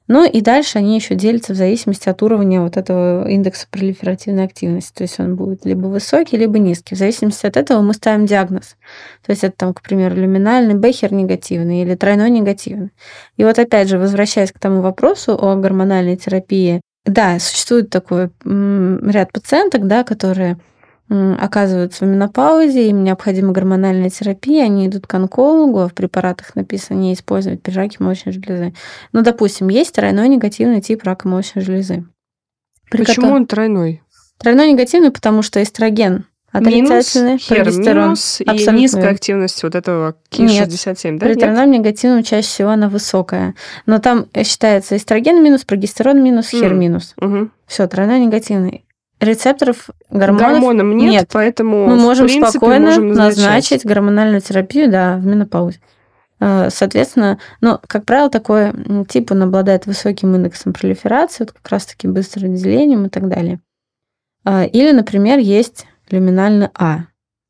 И дальше они еще делятся в зависимости от уровня этого индекса пролиферативной активности. То есть он будет либо высокий, либо низкий. В зависимости от этого мы ставим диагноз. То есть это, к примеру, люминальный HER-негативный или тройной негативный. И опять же, возвращаясь к тому вопросу о гормональной терапии, да, существует такой ряд пациенток, да, которые оказываются в менопаузе, им необходима гормональная терапия, они идут к онкологу, а в препаратах написано не использовать при раке молочной железы. Допустим, есть тройной негативный тип рака молочной железы. Почему он тройной? Тройной негативный, потому что эстроген отрицательный, прогестерон минус и низкая активность этого Ki-67, да? При тройном негативном чаще всего она высокая. Но там считается эстроген минус, прогестерон минус, HER минус. Все, тройной негативный. Рецепторов гормоном нет, поэтому мы можем спокойно назначить гормональную терапию, в менопаузе. Соответственно, как правило, такой тип, он обладает высоким индексом пролиферации, как раз-таки быстрым делением и так далее. Или, например, есть люминальный А,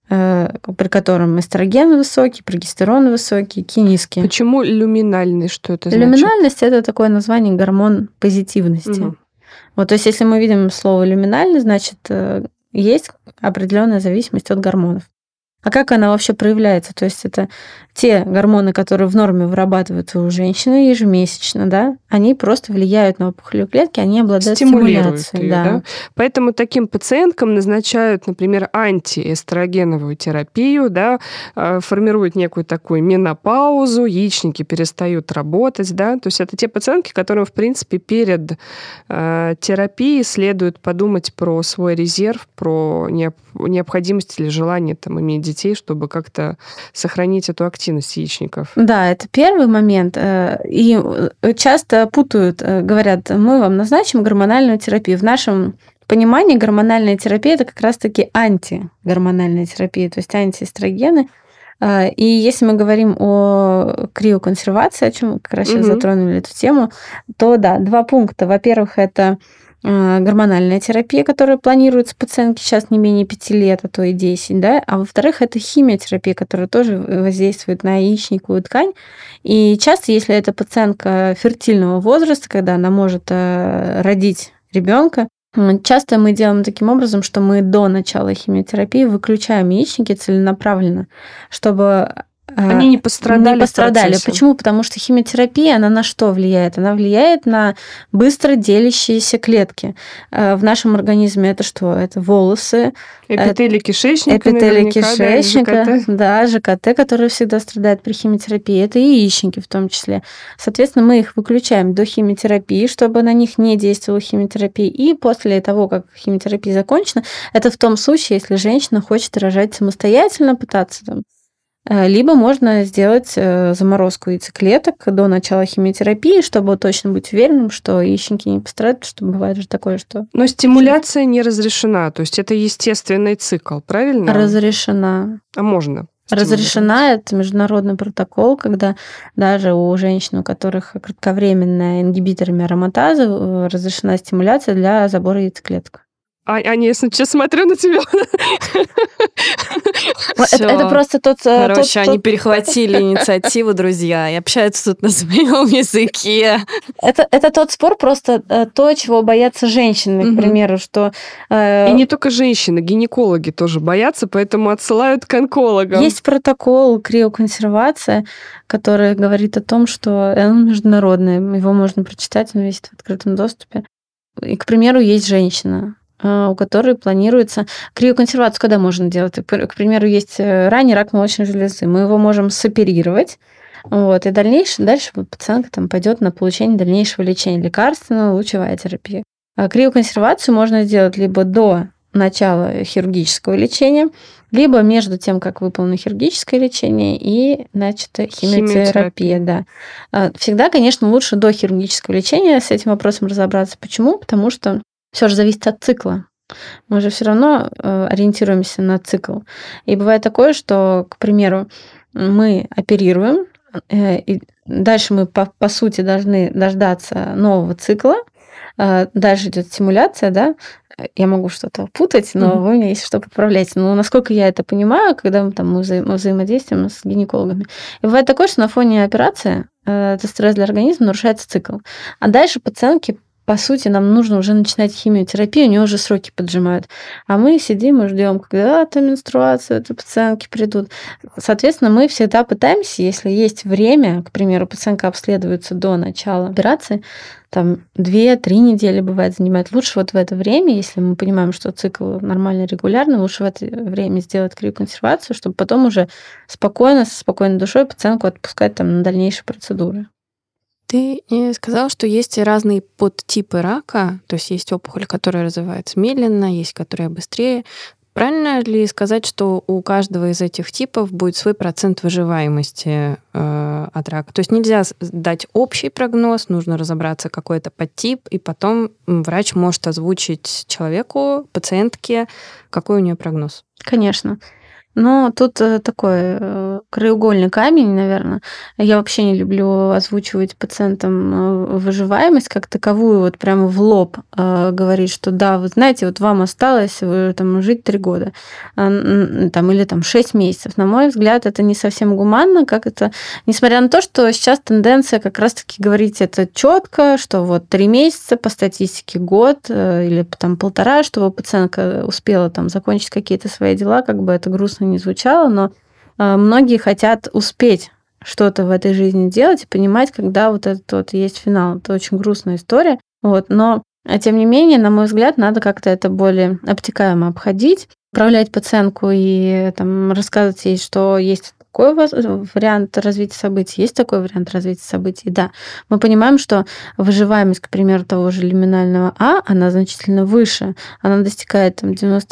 при котором эстроген высокий, прогестерон высокий, Ки низкий. Почему люминальный? Что это значит? Люминальность – это такое название гормон позитивности. Угу. То есть, если мы видим слово люминальный, значит, есть определенная зависимость от гормонов. А как она вообще проявляется? То есть это те гормоны, которые в норме вырабатываются у женщины ежемесячно, да, они просто влияют на опухолевые клетки, они обладают стимуляцией. Её, да? Поэтому таким пациенткам назначают, например, антиэстрогеновую терапию, да, формируют некую такую менопаузу, яичники перестают работать, да, то есть это те пациентки, которым, в принципе, перед терапией следует подумать про свой резерв, про необходимость или желание там, иметь детей, чтобы как-то сохранить эту активность яичников. Да, это первый момент. И часто путают, говорят, мы вам назначим гормональную терапию. В нашем понимании гормональная терапия – это как раз-таки антигормональная терапия, то есть антиэстрогены. И если мы говорим о криоконсервации, о чем мы как раз сейчас затронули эту тему, то да, 2 пункта. Во-первых, это гормональная терапия, которая планируется пациентке сейчас не менее 5 лет, а то и 10, да, а во-вторых, это химиотерапия, которая тоже воздействует на яичниковую ткань. И часто, если это пациентка фертильного возраста, когда она может родить ребенка, часто мы делаем таким образом, что мы до начала химиотерапии выключаем яичники целенаправленно, чтобы они не пострадали. Почему? Потому что химиотерапия, она на что влияет? Она влияет на быстро делящиеся клетки. В нашем организме это что? Это волосы. Эпителий кишечника, да, ЖКТ, который всегда страдает при химиотерапии. Это и яичники в том числе. Соответственно, мы их выключаем до химиотерапии, чтобы на них не действовала химиотерапия. И после того, как химиотерапия закончена, это в том случае, если женщина хочет рожать самостоятельно, пытаться там. Либо можно сделать заморозку яйцеклеток до начала химиотерапии, чтобы точно быть уверенным, что яичники не пострадают, потому что бывает же такое, что... Но стимуляция не разрешена, то есть это естественный цикл, правильно? Разрешена. А можно? Разрешена, это международный протокол, когда даже у женщин, у которых кратковременная ингибиторами ароматазы, разрешена стимуляция для забора яйцеклеток. Аня, я сейчас смотрю на тебя. Это просто тот... Короче, они перехватили инициативу, друзья, и общаются тут на своем языке. Это тот спор, просто то, чего боятся женщины, к примеру, что... И не только женщины, гинекологи тоже боятся, поэтому отсылают к онкологам. Есть протокол криоконсервация, который говорит о том, что он международный, его можно прочитать, он висит в открытом доступе. И, к примеру, есть женщина, у которой планируется криоконсервацию, когда можно делать. К примеру, есть ранний рак молочной железы. Мы его можем соперировать, и дальше пациентка там пойдет на получение дальнейшего лечения, лекарственного, лучевая терапия. А криоконсервацию можно сделать либо до начала хирургического лечения, либо между тем, как выполнено хирургическое лечение и начата химиотерапия. Да. Всегда, конечно, лучше до хирургического лечения с этим вопросом разобраться. Почему? Потому что все же зависит от цикла. Мы же все равно ориентируемся на цикл. И бывает такое, что, к примеру, мы оперируем, и дальше мы, по сути, должны дождаться нового цикла. Дальше идет стимуляция, да. Я могу что-то путать, но вы меня, если что, поправляйте. Но насколько я это понимаю, когда мы взаимодействуем с гинекологами. И бывает такое, что на фоне операции это стресс для организма, нарушается цикл. А дальше пациентки, по сути, нам нужно уже начинать химиотерапию, у нее уже сроки поджимают. А мы сидим и ждем, когда менструация, пациентки придут. Соответственно, мы всегда пытаемся, если есть время, к примеру, пациентка обследуется до начала операции, там 2-3 недели бывает занимает. Лучше в это время, если мы понимаем, что цикл нормально, регулярный, лучше в это время сделать криоконсервацию, чтобы потом уже спокойно, со спокойной душой пациентку отпускать там на дальнейшие процедуры. Ты сказала, что есть разные подтипы рака, то есть есть опухоль, которая развивается медленно, есть которая быстрее. Правильно ли сказать, что у каждого из этих типов будет свой процент выживаемости от рака? То есть нельзя дать общий прогноз, нужно разобраться, какой это подтип, и потом врач может озвучить человеку, пациентке, какой у нее прогноз. Конечно. Но тут такой краеугольный камень, наверное. Я вообще не люблю озвучивать пациентам выживаемость как таковую, вот прямо в лоб говорить, что да, вы знаете, вот вам осталось там, жить 3 года там, или там, 6 месяцев. На мой взгляд, это не совсем гуманно, как это, несмотря на то, что сейчас тенденция как раз-таки говорить это четко, что вот 3 месяца по статистике год или там 1,5, чтобы пациентка успела там закончить какие-то свои дела, как бы это грустно не звучало, но многие хотят успеть что-то в этой жизни делать и понимать, когда вот этот вот есть финал. Это очень грустная история. Вот. Но, тем не менее, на мой взгляд, надо как-то это более обтекаемо обходить, управлять пациентку и там, рассказывать ей, что есть такой вариант развития событий, есть такой вариант развития событий. Да, мы понимаем, что выживаемость, к примеру, того же люминального А, она значительно выше. Она достигает там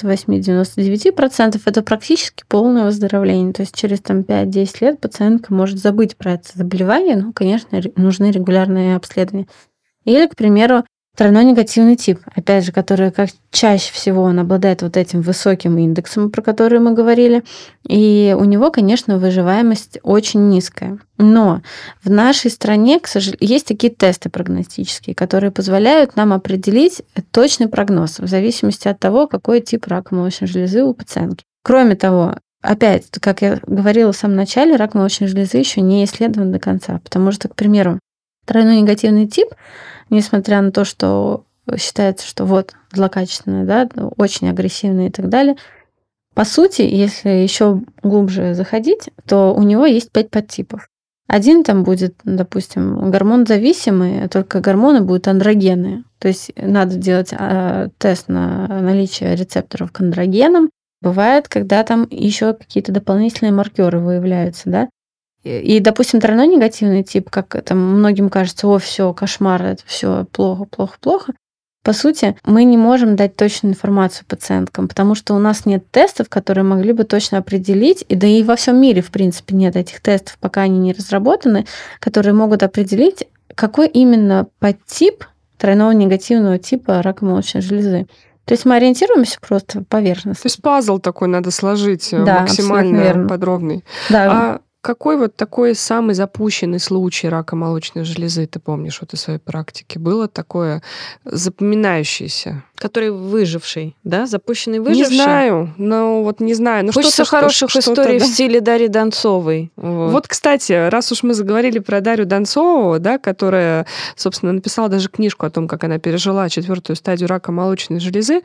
98-99%. Это практически полное выздоровление. То есть через там, 5-10 лет пациентка может забыть про это заболевание. Ну, конечно, нужны регулярные обследования. Или, к примеру, тройной негативный тип, опять же, который как чаще всего он обладает вот этим высоким индексом, про который мы говорили, и у него, конечно, выживаемость очень низкая. Но в нашей стране, к сожалению, есть такие тесты прогностические, которые позволяют нам определить точный прогноз в зависимости от того, какой тип рака молочной железы у пациентки. Кроме того, опять, как я говорила в самом начале, рак молочной железы еще не исследован до конца, потому что, к примеру, тройной негативный тип, несмотря на то, что считается, что вот злокачественная, да, очень агрессивная и так далее, по сути, если еще глубже заходить, то у него есть 5 подтипов. Один там будет, допустим, гормон-зависимый, только гормоны будут андрогенные. То есть надо делать тест на наличие рецепторов к андрогенам. Бывает, когда там еще какие-то дополнительные маркеры выявляются, да. И, допустим, тройной негативный тип, как там многим кажется, о, все, кошмар, это все плохо, плохо, плохо. По сути, мы не можем дать точную информацию пациенткам, потому что у нас нет тестов, которые могли бы точно определить, и да и во всем мире, в принципе, нет этих тестов, пока они не разработаны, которые могут определить, какой именно подтип тройного негативного типа рака молочной железы. То есть мы ориентируемся просто поверхностно. То есть пазл такой надо сложить, да, максимально подробный. Да. Какой вот такой самый запущенный случай рака молочной железы, ты помнишь вот из своей практики? Было такое запоминающееся? Который выживший, да? Запущенный выживший? Не знаю, но вот не знаю. Но хочется хороших историй в стиле Дарьи Донцовой. Вот, кстати, раз уж мы заговорили про Дарью Донцову, да, которая, собственно, написала даже книжку о том, как она пережила 4-ю стадию рака молочной железы,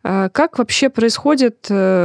как вообще происходит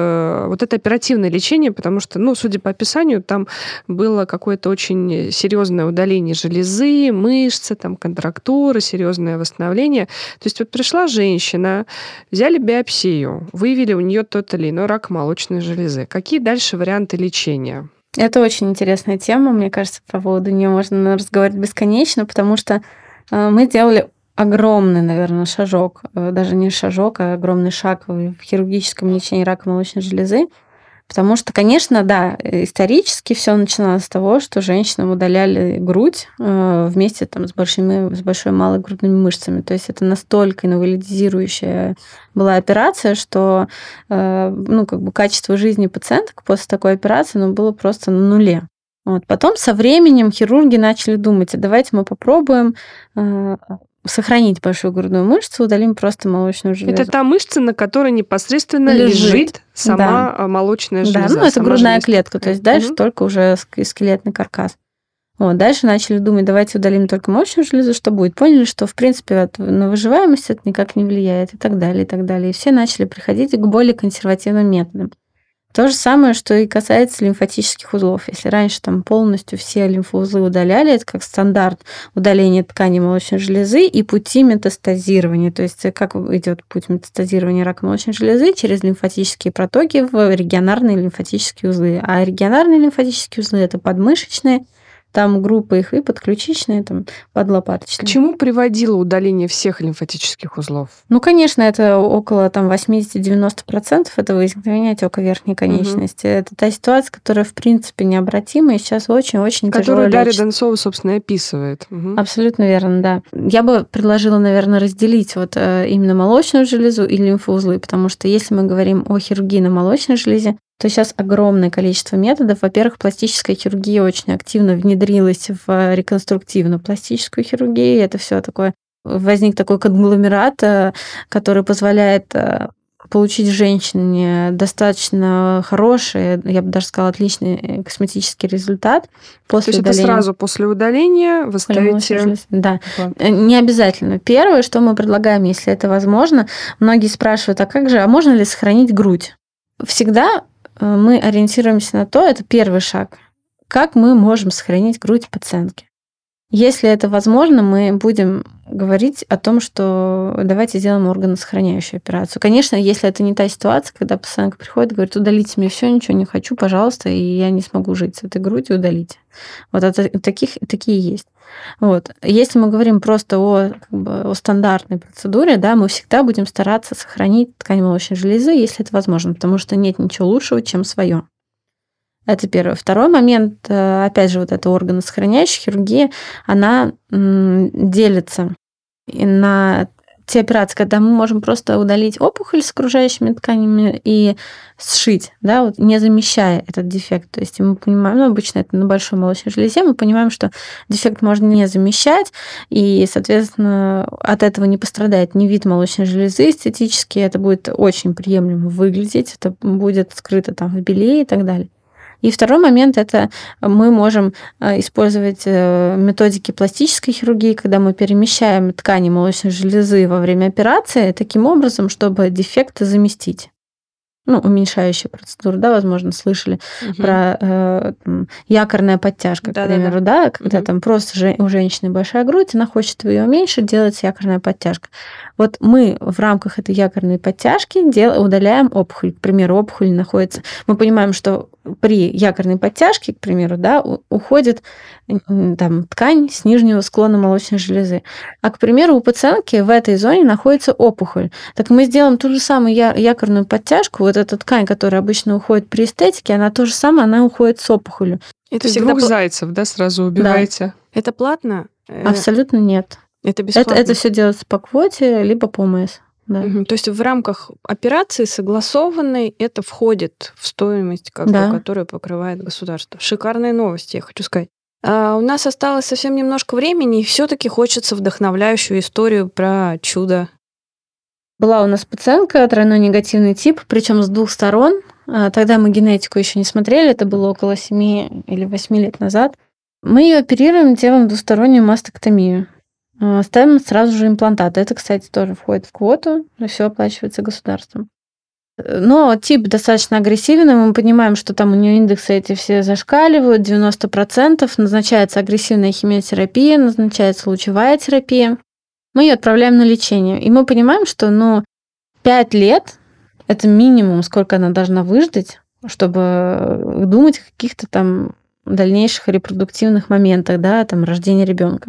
вот это оперативное лечение? Потому что, ну, судя по описанию, там было какое-то очень серьезное удаление железы, мышцы, там, контрактуры, серьезное восстановление. То есть вот пришла женщина, взяли биопсию, выявили у нее тот или иной рак молочной железы. Какие дальше варианты лечения? Это очень интересная тема. Мне кажется, по поводу нее можно разговаривать бесконечно, потому что мы делали огромный, наверное, шажок, даже не шажок, а огромный шаг в хирургическом лечении рака молочной железы. Потому что, конечно, да, исторически все начиналось с того, что женщинам удаляли грудь вместе там, с большой и малой грудными мышцами. То есть это настолько инвалидизирующая была операция, что качество жизни пациенток после такой операции было просто на нуле. Вот. Потом со временем хирурги начали думать, а давайте мы попробуем сохранить большую грудную мышцу, удалим просто молочную железу. Это та мышца, на которой непосредственно лежит сама молочная железа. Да, это грудная клетка, то есть дальше только уже скелетный каркас. Вот, дальше начали думать, давайте удалим только молочную железу, что будет. Поняли, что, в принципе, на выживаемость это никак не влияет и так далее, и так далее. И все начали приходить к более консервативным методам. То же самое, что и касается лимфатических узлов. Если раньше там полностью все лимфоузлы удаляли, это как стандарт удаления тканей молочной железы и пути метастазирования. То есть как идет путь метастазирования рака молочной железы? Через лимфатические протоки в регионарные лимфатические узлы. А регионарные лимфатические узлы – это подмышечные, там группы их и подключичные, там подлопаточные. К чему приводило удаление всех лимфатических узлов? Ну, конечно, это около 80-90% это возникновение отека верхней конечности. Это та ситуация, которая, в принципе, необратима и сейчас очень-очень тяжело лечится. Которую Дарья Донцова, собственно, и описывает. Абсолютно верно, да. Я бы предложила, наверное, разделить вот именно молочную железу и лимфоузлы, потому что если мы говорим о хирургии на молочной железе, то сейчас огромное количество методов. Во-первых, пластическая хирургия очень активно внедрилась в реконструктивную пластическую хирургию. Это все такое, возник такой конгломерат, который позволяет получить женщине достаточно хороший, я бы даже сказала, отличный косметический результат после удаления. То есть это сразу после удаления вы ставите... Да, не обязательно. Первое, что мы предлагаем, если это возможно, многие спрашивают, а как же, а можно ли сохранить грудь? Всегда мы ориентируемся на то, это первый шаг, как мы можем сохранить грудь пациентки. Если это возможно, мы будем говорить о том, что давайте сделаем органосохраняющую операцию. Конечно, если это не та ситуация, когда пациентка приходит и говорит, удалите мне все, ничего не хочу, пожалуйста, и я не смогу жить с этой грудью, удалите. Вот это, такие есть. Вот. Если мы говорим просто о стандартной процедуре, да, мы всегда будем стараться сохранить ткань молочной железы, если это возможно, потому что нет ничего лучшего, чем свое. Это первый. Второй момент, опять же, вот эта органосохраняющая хирургия, она делится на те операции, когда мы можем просто удалить опухоль с окружающими тканями и сшить, да, вот, не замещая этот дефект. То есть мы понимаем, обычно это на большой молочной железе, мы понимаем, что дефект можно не замещать, и, соответственно, от этого не пострадает ни вид молочной железы эстетически, это будет очень приемлемо выглядеть, это будет скрыто там в беле и так далее. И второй момент – это мы можем использовать методики пластической хирургии, когда мы перемещаем ткани молочной железы во время операции таким образом, чтобы дефекты заместить. Уменьшающая процедура, да, возможно, слышали про якорная подтяжка, к примеру, да, когда там просто у женщины большая грудь, она хочет ее уменьшить, делается якорная подтяжка. Вот мы в рамках этой якорной подтяжки удаляем опухоль. К примеру, опухоль находится... Мы понимаем, что при якорной подтяжке, к примеру, да, уходит там, ткань с нижнего склона молочной железы. А, к примеру, у пациентки в этой зоне находится опухоль. Так мы сделаем ту же самую якорную подтяжку, вот эта ткань, которая обычно уходит при эстетике, она то же самое, она уходит с опухолью. Это всегда зайцев, да, сразу убиваете? Да. Это платно? Абсолютно нет. Это бесплатно? Это все делается по квоте, либо по МС. Да. То есть в рамках операции согласованной это входит в стоимость, которую покрывает государство. Шикарные новости, я хочу сказать. У нас осталось совсем немножко времени, и все-таки хочется вдохновляющую историю про чудо. Была у нас пациентка, тройной негативный тип, причем с 2 сторон. Тогда мы генетику еще не смотрели, это было около 7 или 8 лет назад. Мы ее оперируем, делаем двустороннюю мастектомию. Ставим сразу же имплантаты. Это, кстати, тоже входит в квоту, все оплачивается государством. Но тип достаточно агрессивный, мы понимаем, что там у нее индексы эти все зашкаливают, 90%, назначается агрессивная химиотерапия, назначается лучевая терапия. Мы ее отправляем на лечение. И мы понимаем, что 5 лет – это минимум, сколько она должна выждать, чтобы думать о каких-то там дальнейших репродуктивных моментах, да, там, рождения ребенка.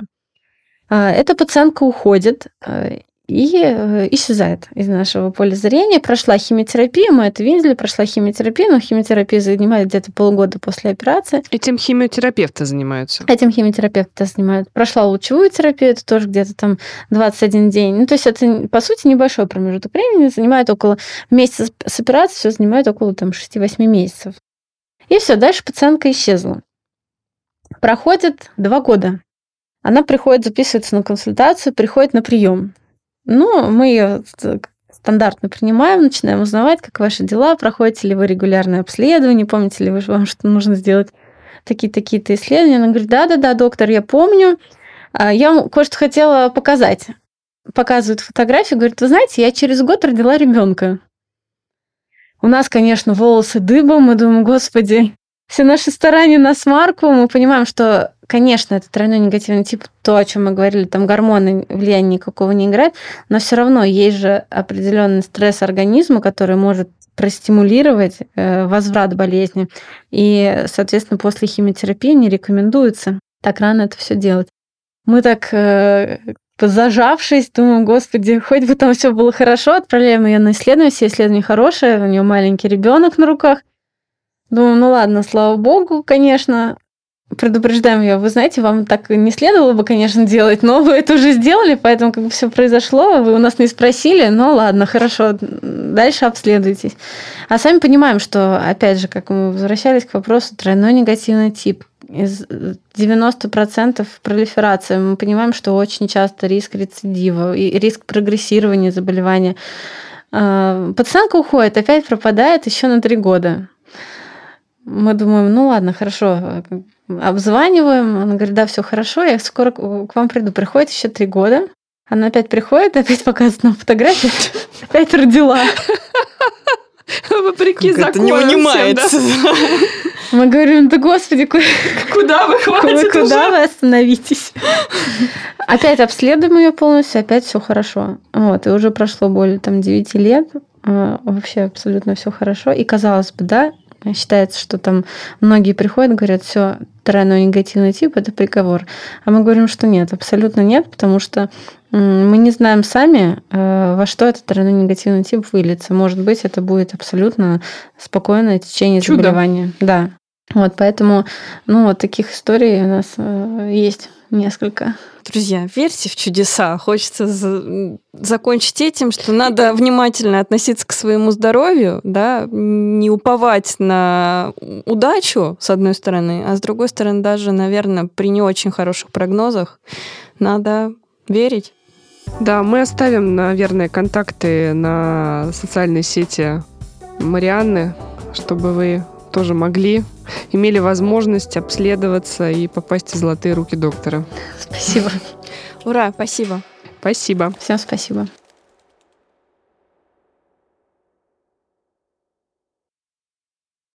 Эта пациентка уходит и исчезает из нашего поля зрения. Прошла химиотерапию, мы это видели, прошла химиотерапию, но химиотерапия занимает где-то полгода после операции. Этим химиотерапевты занимаются? Этим химиотерапевты занимаются. Прошла лучевую терапию, это тоже где-то там 21 день. То есть это, по сути, небольшой промежуток времени, занимает вместе с операцией все занимает около там 6-8 месяцев. И все, дальше пациентка исчезла. Проходит 2 года. Она приходит, записывается на консультацию, приходит на прием. Мы ее стандартно принимаем, начинаем узнавать, как ваши дела, проходите ли вы регулярное обследование, помните ли вы, вам что нужно сделать такие-то исследования. Она говорит, да, доктор, я помню. Я вам кое-что хотела показать. Показывает фотографию, говорит, вы знаете, я через год родила ребенка. У нас, конечно, волосы дыбом, мы думаем, господи, все наши старания на смарку, мы понимаем, что, конечно, это тройной негативный тип, то, о чем мы говорили, там гормоны влияния никакого не играют, но все равно есть же определенный стресс организма, который может простимулировать возврат болезни. И, соответственно, после химиотерапии не рекомендуется так рано это все делать. Мы так зажавшись, думаем, господи, хоть бы там все было хорошо, отправляем ее на исследование, все исследования хорошие, у нее маленький ребенок на руках. Думаю, ладно, слава богу, конечно. Предупреждаем ее, вы знаете, вам так не следовало бы, конечно, делать, но вы это уже сделали, поэтому все произошло, вы у нас не спросили, ладно, хорошо, дальше обследуйтесь. А сами понимаем, что, опять же, как мы возвращались к вопросу, тройной негативный тип, из 90% пролиферации, мы понимаем, что очень часто риск рецидива и риск прогрессирования заболевания. Пациентка уходит, опять пропадает еще на 3 года. Мы думаем, ладно, хорошо, обзваниваем. Она говорит, да, все хорошо, я скоро к вам приду. Приходит еще 3 года. Она опять приходит, опять показывает нам фотографию, опять родила. Вопреки Как это законам не всем, унимается. Мы говорим, да господи, да. Куда вы, хватит куда уже? вы остановитесь? Опять обследуем ее полностью, опять все хорошо. Вот, и уже прошло более 9 лет, вообще абсолютно все хорошо. И казалось бы, да, считается, что там многие приходят, говорят, все, тройной негативный тип – это приговор. А мы говорим, что нет, абсолютно нет, потому что мы не знаем сами, во что этот тройной негативный тип выльется. Может быть, это будет абсолютно спокойное течение Чудо. заболевания. Да. Вот, поэтому, вот таких историй у нас есть несколько. Друзья, верьте в чудеса. Хочется закончить этим, что надо внимательно относиться к своему здоровью, да, не уповать на удачу, с одной стороны, а с другой стороны, даже, наверное, при не очень хороших прогнозах надо верить. Да, мы оставим, наверное, контакты на социальной сети Марианны, чтобы вы тоже имели возможность обследоваться и попасть в золотые руки доктора. Спасибо. Ура, спасибо. Спасибо. Всем спасибо.